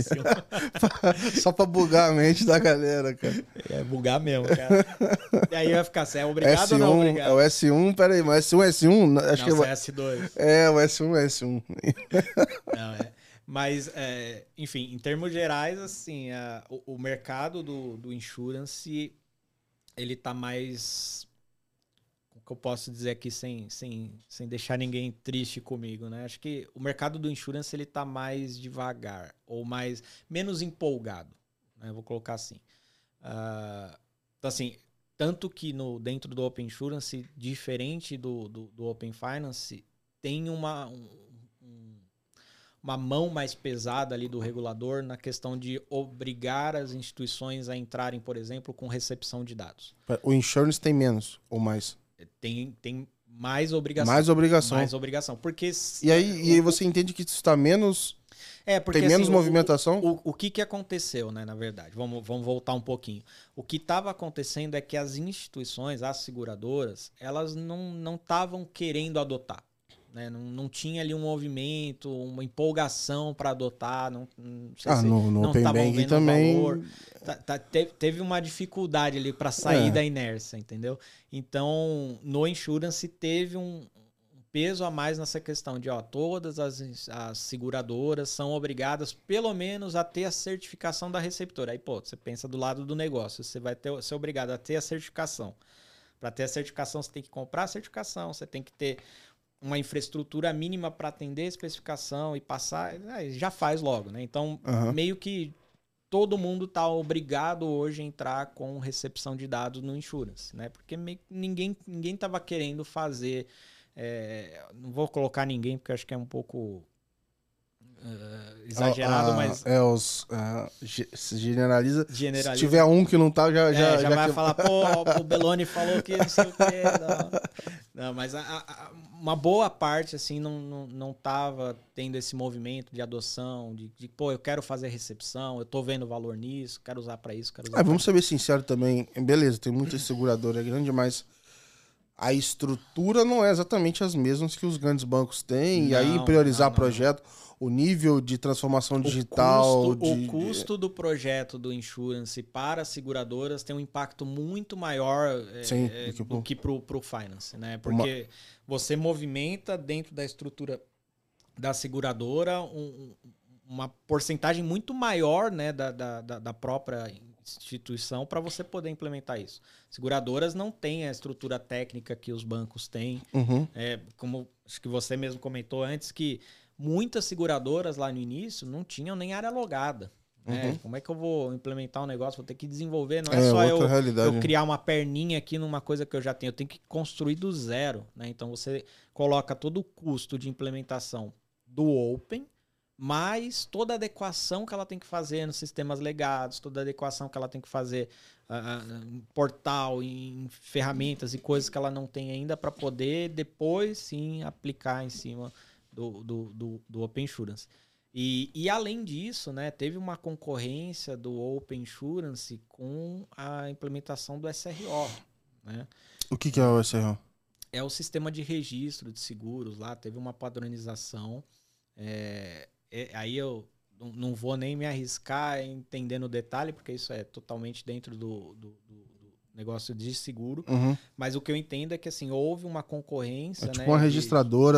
Só pra bugar a mente da galera, cara. É, bugar mesmo, cara. E aí vai ficar assim, é obrigado S um, ou não obrigado? É o S um, peraí, mas S um, S um? Acho não, que é... é S dois. É, o S um, S um. Não, é... Mas, é, enfim, em termos gerais, assim, a, o, o mercado do, do insurance, ele tá mais... O que eu posso dizer aqui sem, sem, sem deixar ninguém triste comigo, né? Acho que o mercado do insurance, ele tá mais devagar, ou mais menos empolgado, né? Vou colocar assim. Uh, então, assim, tanto que no, dentro do Open Insurance, diferente do, do, do Open Finance, tem uma... Um, uma mão mais pesada ali do regulador na questão de obrigar as instituições a entrarem, por exemplo, com recepção de dados. O insurance tem menos ou mais? Tem, tem mais obrigação. Mais obrigação. Mais obrigação. Porque e aí, o, e aí você entende que isso está menos... É, porque, tem menos assim, movimentação? O, o, o que, que aconteceu, né, na verdade? Vamos, vamos voltar um pouquinho. O que estava acontecendo é que as instituições, as seguradoras, elas não estavam querendo adotar. Né? Não, não tinha ali um movimento, uma empolgação para adotar. Não, não sei ah, se no, no não Open Banking também. Valor. Tá, tá, teve, teve uma dificuldade ali para sair é. da inércia, entendeu? Então, no insurance teve um, um peso a mais nessa questão de ó, todas as, as seguradoras são obrigadas, pelo menos, a ter a certificação da receptora. Aí, pô, você pensa do lado do negócio, você vai ter, ser obrigado a ter a certificação. Para ter a certificação, você tem que comprar a certificação, você tem que ter uma infraestrutura mínima para atender a especificação e passar, já faz logo, né? Então, uhum. meio que todo mundo está obrigado hoje a entrar com recepção de dados no insurance, né? Porque meio, ninguém ninguém estava querendo fazer, é, não vou colocar ninguém porque acho que é um pouco uh, exagerado, ah, ah, mas é os uh, se generaliza. generaliza. Se tiver um que não tá, já já, é, já, já vai que... falar, pô, o Belloni falou que não sei o quê. Não, não mas a, a, uma boa parte assim não, não, não tava tendo esse movimento de adoção, de, de pô, eu quero fazer recepção, eu tô vendo valor nisso, quero usar para isso, quero usar. Ah, vamos ser bem sincero também, beleza, tem muita seguradora grande, mas a estrutura não é exatamente as mesmas que os grandes bancos têm, não, e aí priorizar não, não, projeto, não. O nível de transformação digital... O custo, de... o custo do projeto do insurance para as seguradoras tem um impacto muito maior Sim, é, do, do que para o finance, né? Porque uma... você movimenta dentro da estrutura da seguradora um, uma porcentagem muito maior, né, da, da, da própria instituição para você poder implementar isso. Seguradoras não têm a estrutura técnica que os bancos têm. Uhum. É, como acho que você mesmo comentou antes, que muitas seguradoras lá no início não tinham nem área logada. Né? Uhum. Como é que eu vou implementar um negócio? Vou ter que desenvolver. Não é, é só eu, eu criar uma perninha aqui numa coisa que eu já tenho. Eu tenho que construir do zero. Né? Então você coloca todo o custo de implementação do Open, mais toda a adequação que ela tem que fazer nos sistemas legados, toda a adequação que ela tem que fazer uh, em portal, em ferramentas e coisas que ela não tem ainda para poder depois sim aplicar em cima do, do, do, do Open Insurance. E, e além disso, né, teve uma concorrência do Open Insurance com a implementação do S R O. Né? O que, que é o S R O? É o sistema de registro de seguros lá, teve uma padronização. É, é, aí eu não, não vou nem me arriscar em entender no detalhe, porque isso é totalmente dentro do, do, do, do negócio de seguro. Uhum. Mas o que eu entendo é que assim, houve uma concorrência. É tipo né, uma de- registradora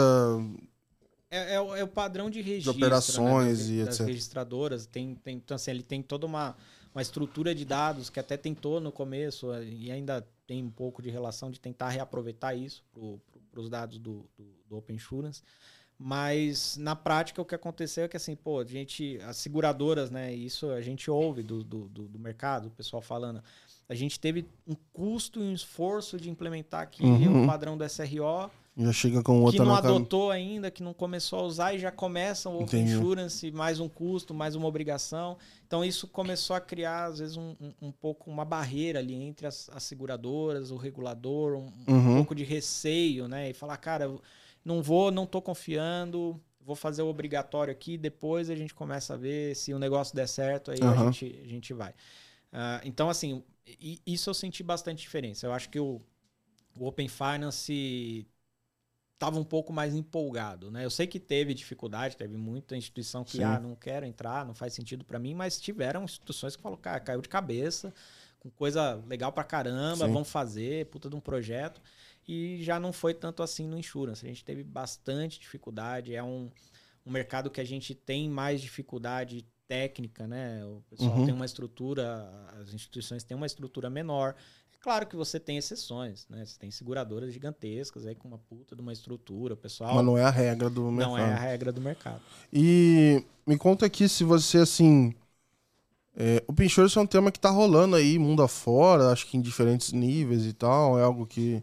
É, é o é o padrão de registro, de operações né, e das, das etcétera. registradoras. Tem, tem, então, assim, ele tem toda uma, uma estrutura de dados que até tentou no começo e ainda tem um pouco de relação de tentar reaproveitar isso para os dados do, do, do Open Insurance. Mas, na prática, o que aconteceu é que, assim, pô, a gente, as seguradoras, né, isso a gente ouve do, do, do do mercado, o pessoal falando, a gente teve um custo e um esforço de implementar aqui Uhum. o padrão do S R O, Já chega com que outra não na cam- adotou ainda, que não começou a usar e já começa o Open Entendi. Insurance, mais um custo, mais uma obrigação. Então isso começou a criar, às vezes, um, um, um pouco uma barreira ali entre as, as seguradoras, o regulador, um, um Uhum. pouco de receio, né? E falar, cara, eu não vou, não tô confiando, vou fazer o obrigatório aqui, depois a gente começa a ver se o negócio der certo, aí a, Aham. gente, a gente vai. Ah, então, assim, i- isso eu senti bastante diferença. Eu acho que o, o Open Finance estava um pouco mais empolgado, né? Eu sei que teve dificuldade, teve muita instituição que, Sim. ah, não quero entrar, não faz sentido para mim, mas tiveram instituições que falaram, cara, caiu de cabeça, com coisa legal pra caramba, Sim. vamos fazer, puta de um projeto, e já não foi tanto assim no insurance. A gente teve bastante dificuldade, é um, um mercado que a gente tem mais dificuldade técnica, né? O pessoal Uhum. tem uma estrutura, as instituições têm uma estrutura menor. É claro que você tem exceções, né? Você tem seguradoras gigantescas aí com uma puta de uma estrutura, o pessoal Mas não é a regra do mercado. não é a regra do mercado. E me conta aqui se você, assim... É, o Open Insurance é um tema que tá rolando aí, mundo afora, acho que em diferentes níveis e tal. É algo que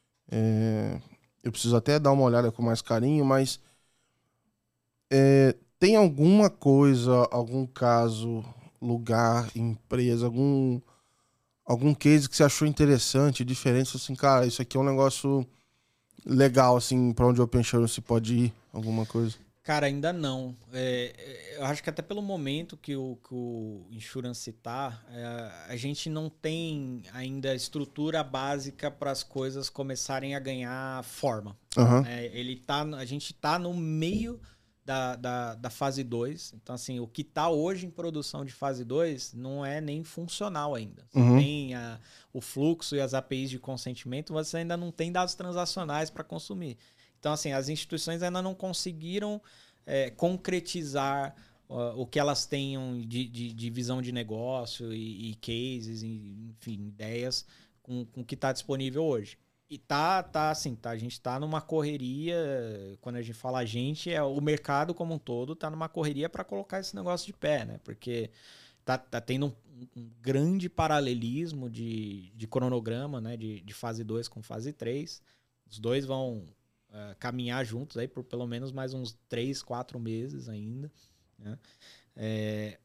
é, eu preciso até dar uma olhada com mais carinho, mas é, tem alguma coisa, algum caso, lugar, empresa, algum, algum case que você achou interessante, diferente? Assim, cara, isso aqui é um negócio legal, assim, pra onde o Open Insurance pode ir, alguma coisa? Cara, ainda não. É, é, eu acho que até pelo momento que o, que o Insurance tá, é, a gente não tem ainda estrutura básica para as coisas começarem a ganhar forma. Aham. É, ele tá, a gente tá no meio da, da, da fase dois. Então, assim, o que tá hoje em produção de fase dois não é nem funcional ainda. Você Uhum. tem a, o fluxo e as A P Is de consentimento, você ainda não tem dados transacionais para consumir. Então, assim, as instituições ainda não conseguiram é, concretizar uh, o que elas tenham de, de, de visão de negócio e, e cases, e, enfim, ideias com, com o que está disponível hoje. E tá, tá assim, tá, a gente está numa correria, quando a gente fala a gente, é o mercado como um todo está numa correria para colocar esse negócio de pé, né? Porque tá, tá tendo um, um grande paralelismo de, de cronograma, né? De, de fase dois com fase três. Os dois vão Uh, caminhar juntos aí por pelo menos mais uns três, quatro meses ainda, né? É,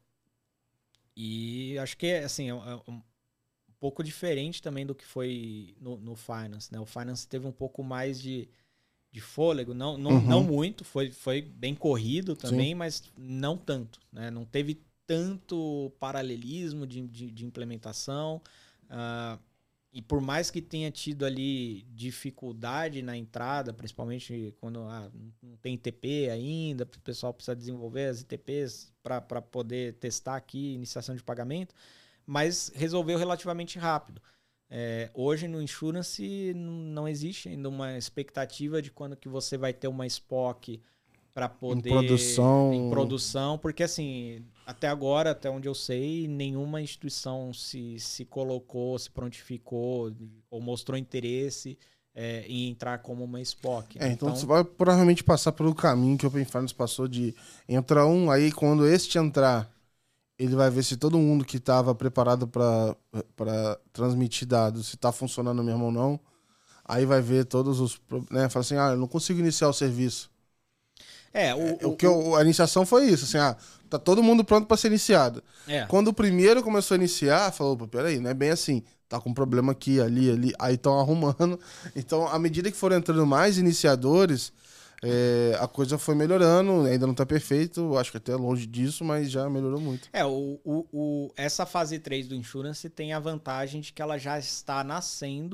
e acho que assim, é um pouco diferente também do que foi no, no Finance, né? O Finance teve um pouco mais de, de fôlego, não, não, Uhum. não muito, foi, foi bem corrido também, Sim. mas não tanto, né? Não teve tanto paralelismo de, de, de implementação. Uh, E por mais que tenha tido ali dificuldade na entrada, principalmente quando ah, não tem I T P ainda, o pessoal precisa desenvolver as I T Ps para poder testar aqui iniciação de pagamento, mas resolveu relativamente rápido. É, hoje no Insurance não existe ainda uma expectativa de quando que você vai ter uma S P O C para poder... Em produção. Em produção, porque assim, até agora, até onde eu sei, nenhuma instituição se, se colocou, se prontificou ou mostrou interesse é, em entrar como uma S P O C. É, então, então você vai provavelmente passar pelo caminho que o Open Finance passou de entra um, aí quando este entrar, ele vai ver se todo mundo que estava preparado para transmitir dados, se está funcionando mesmo ou não. Aí vai ver todos os... Né, fala assim, ah, eu não consigo iniciar o serviço. É, o, é, o, o que eu, a iniciação foi isso, assim, ah, tá todo mundo pronto para ser iniciado. É. Quando o primeiro começou a iniciar, falou, pô, peraí, não é bem assim, tá com problema aqui, ali, ali, aí estão arrumando. Então, à medida que foram entrando mais iniciadores, é, a coisa foi melhorando, ainda não tá perfeito, acho que até longe disso, mas já melhorou muito. É, o, o, o, essa fase três do Insurance tem a vantagem de que ela já está nascendo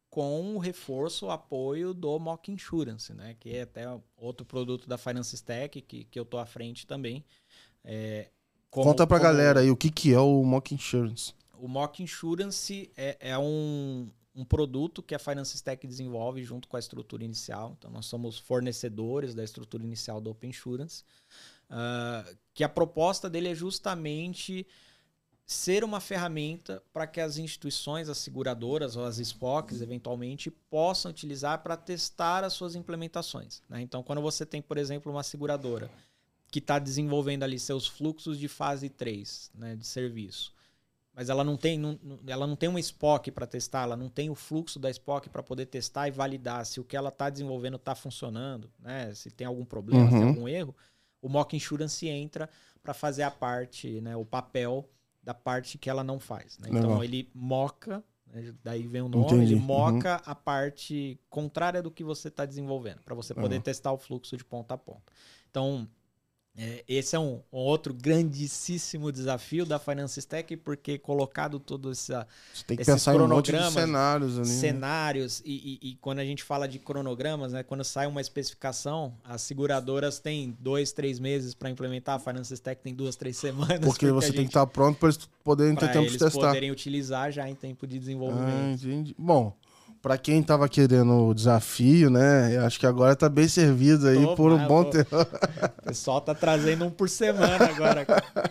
com o reforço, o apoio do Mock Insurance, né? Que é até outro produto da Finance Stack, que, que eu tô à frente também. É, como, Conta pra como galera aí o que, que é o Mock Insurance. O Mock Insurance é, é um, um produto que a Finance Stack desenvolve junto com a estrutura inicial. Então, nós somos fornecedores da estrutura inicial do Open Insurance. Uh, que a proposta dele é justamente ser uma ferramenta para que as instituições, as seguradoras ou as S P O Cs, eventualmente, possam utilizar para testar as suas implementações, né? Então, quando você tem, por exemplo, uma seguradora que está desenvolvendo ali seus fluxos de fase três, né, de serviço, mas ela não tem, não, ela não tem uma S P O C para testar, ela não tem o fluxo da S P O C para poder testar e validar se o que ela está desenvolvendo está funcionando, né, se tem algum problema, Uhum. se tem algum erro, o Mock Insurance entra para fazer a parte, né, o papel da parte que ela não faz, né? Então ele moca, né, daí vem o nome, Entendi. ele moca Uhum. a parte contrária do que você está desenvolvendo, para você poder Uhum. testar o fluxo de ponta a ponta. Então, é, esse é um, um outro grandíssimo desafio da Finance Stack, porque colocado todo essa, Você tem que esses pensar em um monte de cronogramas, cenários ali. cenários, e, e, e quando a gente fala de cronogramas, né, quando sai uma especificação, as seguradoras têm dois, três meses para implementar, a Finance Stack tem duas, três semanas. Porque, porque você gente, tem que estar pronto para eles poderem ter tempo de testar. Para eles poderem utilizar já em tempo de desenvolvimento. Ah, entendi. Bom, para quem tava querendo o desafio, né? Eu acho que agora tá bem servido aí Tô, por um bom tô... tempo. O pessoal tá trazendo um por semana agora.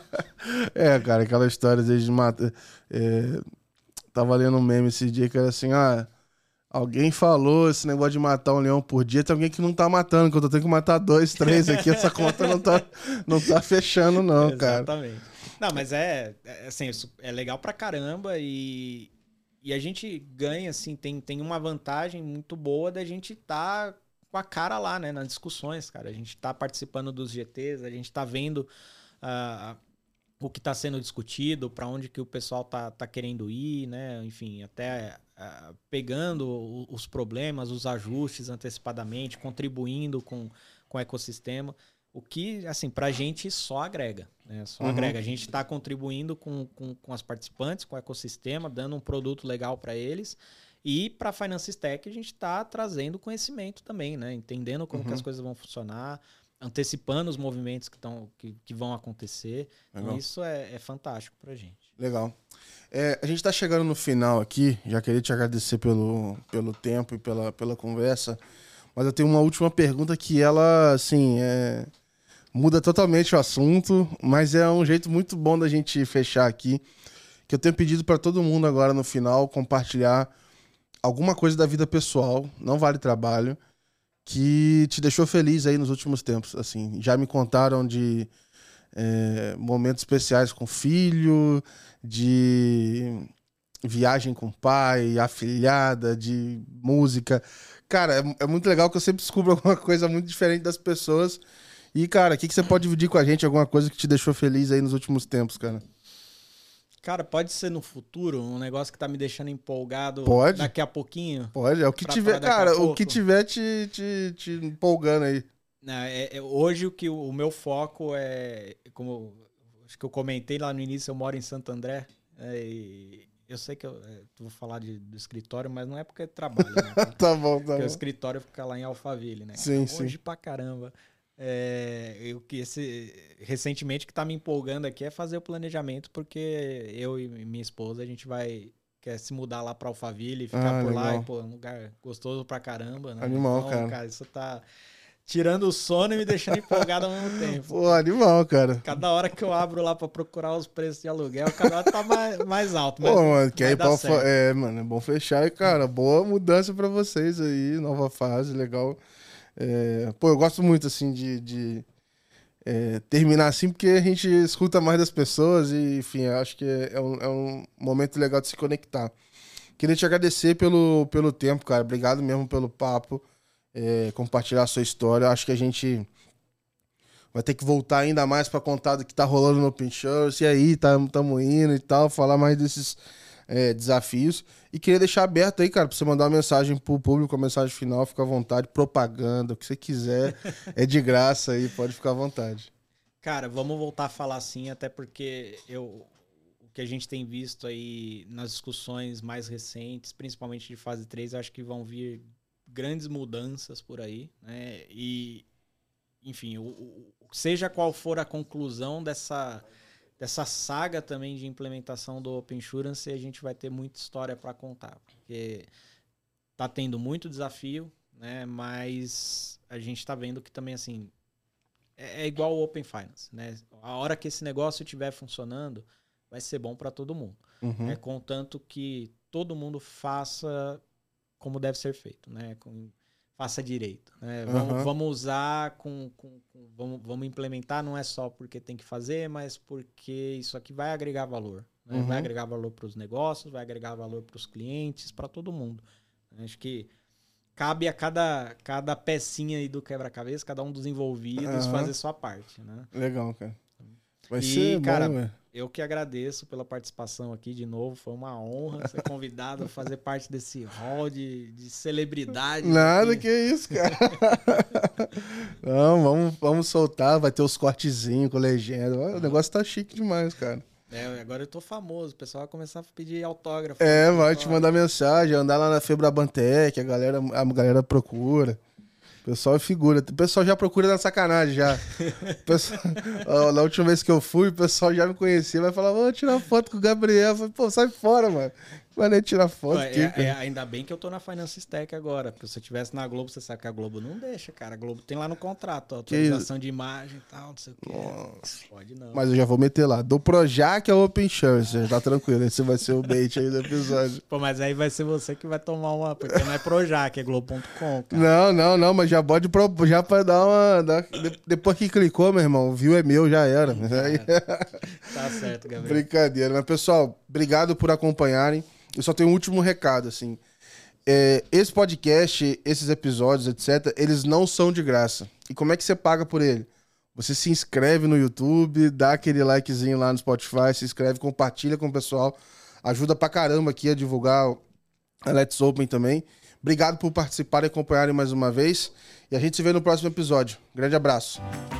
É, cara, aquela história de matar. É, tava lendo um meme esse dia que era assim: ah, alguém falou esse negócio de matar um leão por dia, tem alguém que não tá matando, que eu tô tendo que matar dois, três aqui, essa conta não tá, não tá fechando, não, cara. Exatamente. Não, mas é, é assim, é legal pra caramba e. E a gente ganha, assim, tem, tem uma vantagem muito boa da gente estar tá com a cara lá, né, nas discussões, cara. A gente tá participando dos G Ts, a gente tá vendo uh, o que está sendo discutido, para onde que o pessoal tá, tá querendo ir, né? Enfim, até uh, pegando os problemas, os ajustes antecipadamente, contribuindo com, com o ecossistema. O que, assim, pra gente só agrega, né? Só Uhum. agrega. A gente está contribuindo com, com, com as participantes, com o ecossistema, dando um produto legal para eles. E para a Finance Stack a gente está trazendo conhecimento também, né? Entendendo como Uhum. que as coisas vão funcionar, antecipando os movimentos que, tão, que, que vão acontecer. Legal. Então isso é, é fantástico pra gente. Legal. É, a gente está chegando no final aqui. Já queria te agradecer pelo, pelo tempo e pela, pela conversa. Mas eu tenho uma última pergunta que ela, assim, é... muda totalmente o assunto, mas é um jeito muito bom da gente fechar aqui, que eu tenho pedido para todo mundo agora no final compartilhar alguma coisa da vida pessoal, não vale trabalho, que te deixou feliz aí nos últimos tempos. Assim, já me contaram de é, momentos especiais com filho, de viagem com pai, afilhada, de música. Cara, é, é muito legal que eu sempre descubro alguma coisa muito diferente das pessoas. E, cara, o que, que você pode dividir com a gente? Alguma coisa que te deixou feliz aí nos últimos tempos, cara? Cara, pode ser no futuro um negócio que tá me deixando empolgado Pode. daqui a pouquinho? Pode, é o que tiver, cara, o que tiver te, te, te empolgando aí. Não, é, é, hoje o, que, o meu foco é, como acho que eu comentei lá no início, eu moro em Santo André, é, e eu sei que eu é, vou falar de, do escritório, mas não é porque é trabalho, né? Tá bom, tá Porque bom. o escritório fica lá em Alphaville, né? Sim, Então, hoje sim. pra caramba. É, eu, que esse, recentemente o que tá me empolgando aqui é fazer o planejamento, porque eu e minha esposa, a gente vai quer se mudar lá pra Alphaville e ficar Ah, por legal. lá, e pô, é um lugar gostoso pra caramba, né? Animal, então, cara. cara, isso tá tirando o sono e me deixando empolgado ao mesmo tempo. Pô, animal, cara. Cada hora que eu abro lá pra procurar os preços de aluguel, cada hora tá mais, mais alto. Pô, mas mano, quer vai ir dar pra certo. Alfa... É, mano, é bom fechar. E, cara, boa mudança pra vocês aí, nova fase, legal. É, pô, eu gosto muito, assim, de, de é, terminar assim, porque a gente escuta mais das pessoas e, enfim, eu acho que é, é, um, é um momento legal de se conectar. Queria te agradecer pelo, pelo tempo, cara. Obrigado mesmo pelo papo, é, compartilhar a sua história. Eu acho que a gente vai ter que voltar ainda mais pra contar do que tá rolando no Open Source. E aí, tamo, tamo indo e tal, falar mais desses é, desafios. E queria deixar aberto aí, cara, pra você mandar uma mensagem pro público, uma mensagem final, fica à vontade, propaganda, o que você quiser. É de graça aí, pode ficar à vontade. Cara, vamos voltar a falar assim, até porque eu... O que a gente tem visto aí nas discussões mais recentes, principalmente de fase três, acho que vão vir grandes mudanças por aí, né? E, enfim, o, o, seja qual for a conclusão dessa, dessa saga também de implementação do Open Insurance, a gente vai ter muita história para contar, porque tá tendo muito desafio, né? Mas a gente tá vendo que também, assim, é, é igual o Open Finance, né? A hora que esse negócio estiver funcionando, vai ser bom para todo mundo. Uhum. Né? Contanto que todo mundo faça como deve ser feito, né? Com, faça direito. Né? Uhum. Vamos, vamos usar, com, com, com, vamos, vamos implementar, não é só porque tem que fazer, mas porque isso aqui vai agregar valor. Né? Uhum. Vai agregar valor para os negócios, vai agregar valor para os clientes, para todo mundo. Acho que cabe a cada, cada pecinha aí do quebra-cabeça, cada um dos envolvidos, Uhum. fazer sua parte. Né? Legal, cara. Vai e, ser cara, bom, velho. Eu que agradeço pela participação aqui de novo. Foi uma honra ser convidado a fazer parte desse hall de, de celebridade. Nada aqui. que isso, cara. Não, vamos, vamos soltar. Vai ter os cortezinhos com legenda. O negócio tá chique demais, cara. É, agora eu tô famoso. O pessoal vai começar a pedir autógrafo. É, vai te mandar mensagem, andar lá na Febrabantec, a galera, a galera procura. O pessoal é figura. O pessoal já procura na sacanagem, já. Pessoal, ó, na última vez que eu fui, o pessoal já me conhecia, vai falar, vou tirar foto com o Gabriel. Eu falei, pô, sai fora, mano. Vai nem tirar foto é, aqui, é, cara. é, ainda bem que eu tô na Finance Stack agora. Porque se eu tivesse na Globo, você sabe que a Globo não deixa, cara. A Globo tem lá no contrato, ó, autorização de imagem e tal, não sei o quê. Nossa. Pode não. Mas eu já vou meter lá. Do Projac ao Open Insurance, já tá tranquilo. Esse vai ser o bait aí do episódio. Pô, mas aí vai ser você que vai tomar uma... Porque não é Projac, é Globo ponto com, cara. Não, não, não, mas já pode pro, já pra dar uma... Dar, depois que clicou, meu irmão, viu é meu, já era. Aí... Tá certo, Gabriel. Brincadeira. Mas, pessoal, obrigado por acompanharem. Eu só tenho um último recado, assim. É, esse podcast, esses episódios, etcétera, eles não são de graça. E como é que você paga por ele? Você se inscreve no YouTube, dá aquele likezinho lá no Spotify, se inscreve, compartilha com o pessoal. Ajuda pra caramba aqui a divulgar a Let's Open também. Obrigado por participar e acompanharem mais uma vez. E a gente se vê no próximo episódio. Grande abraço.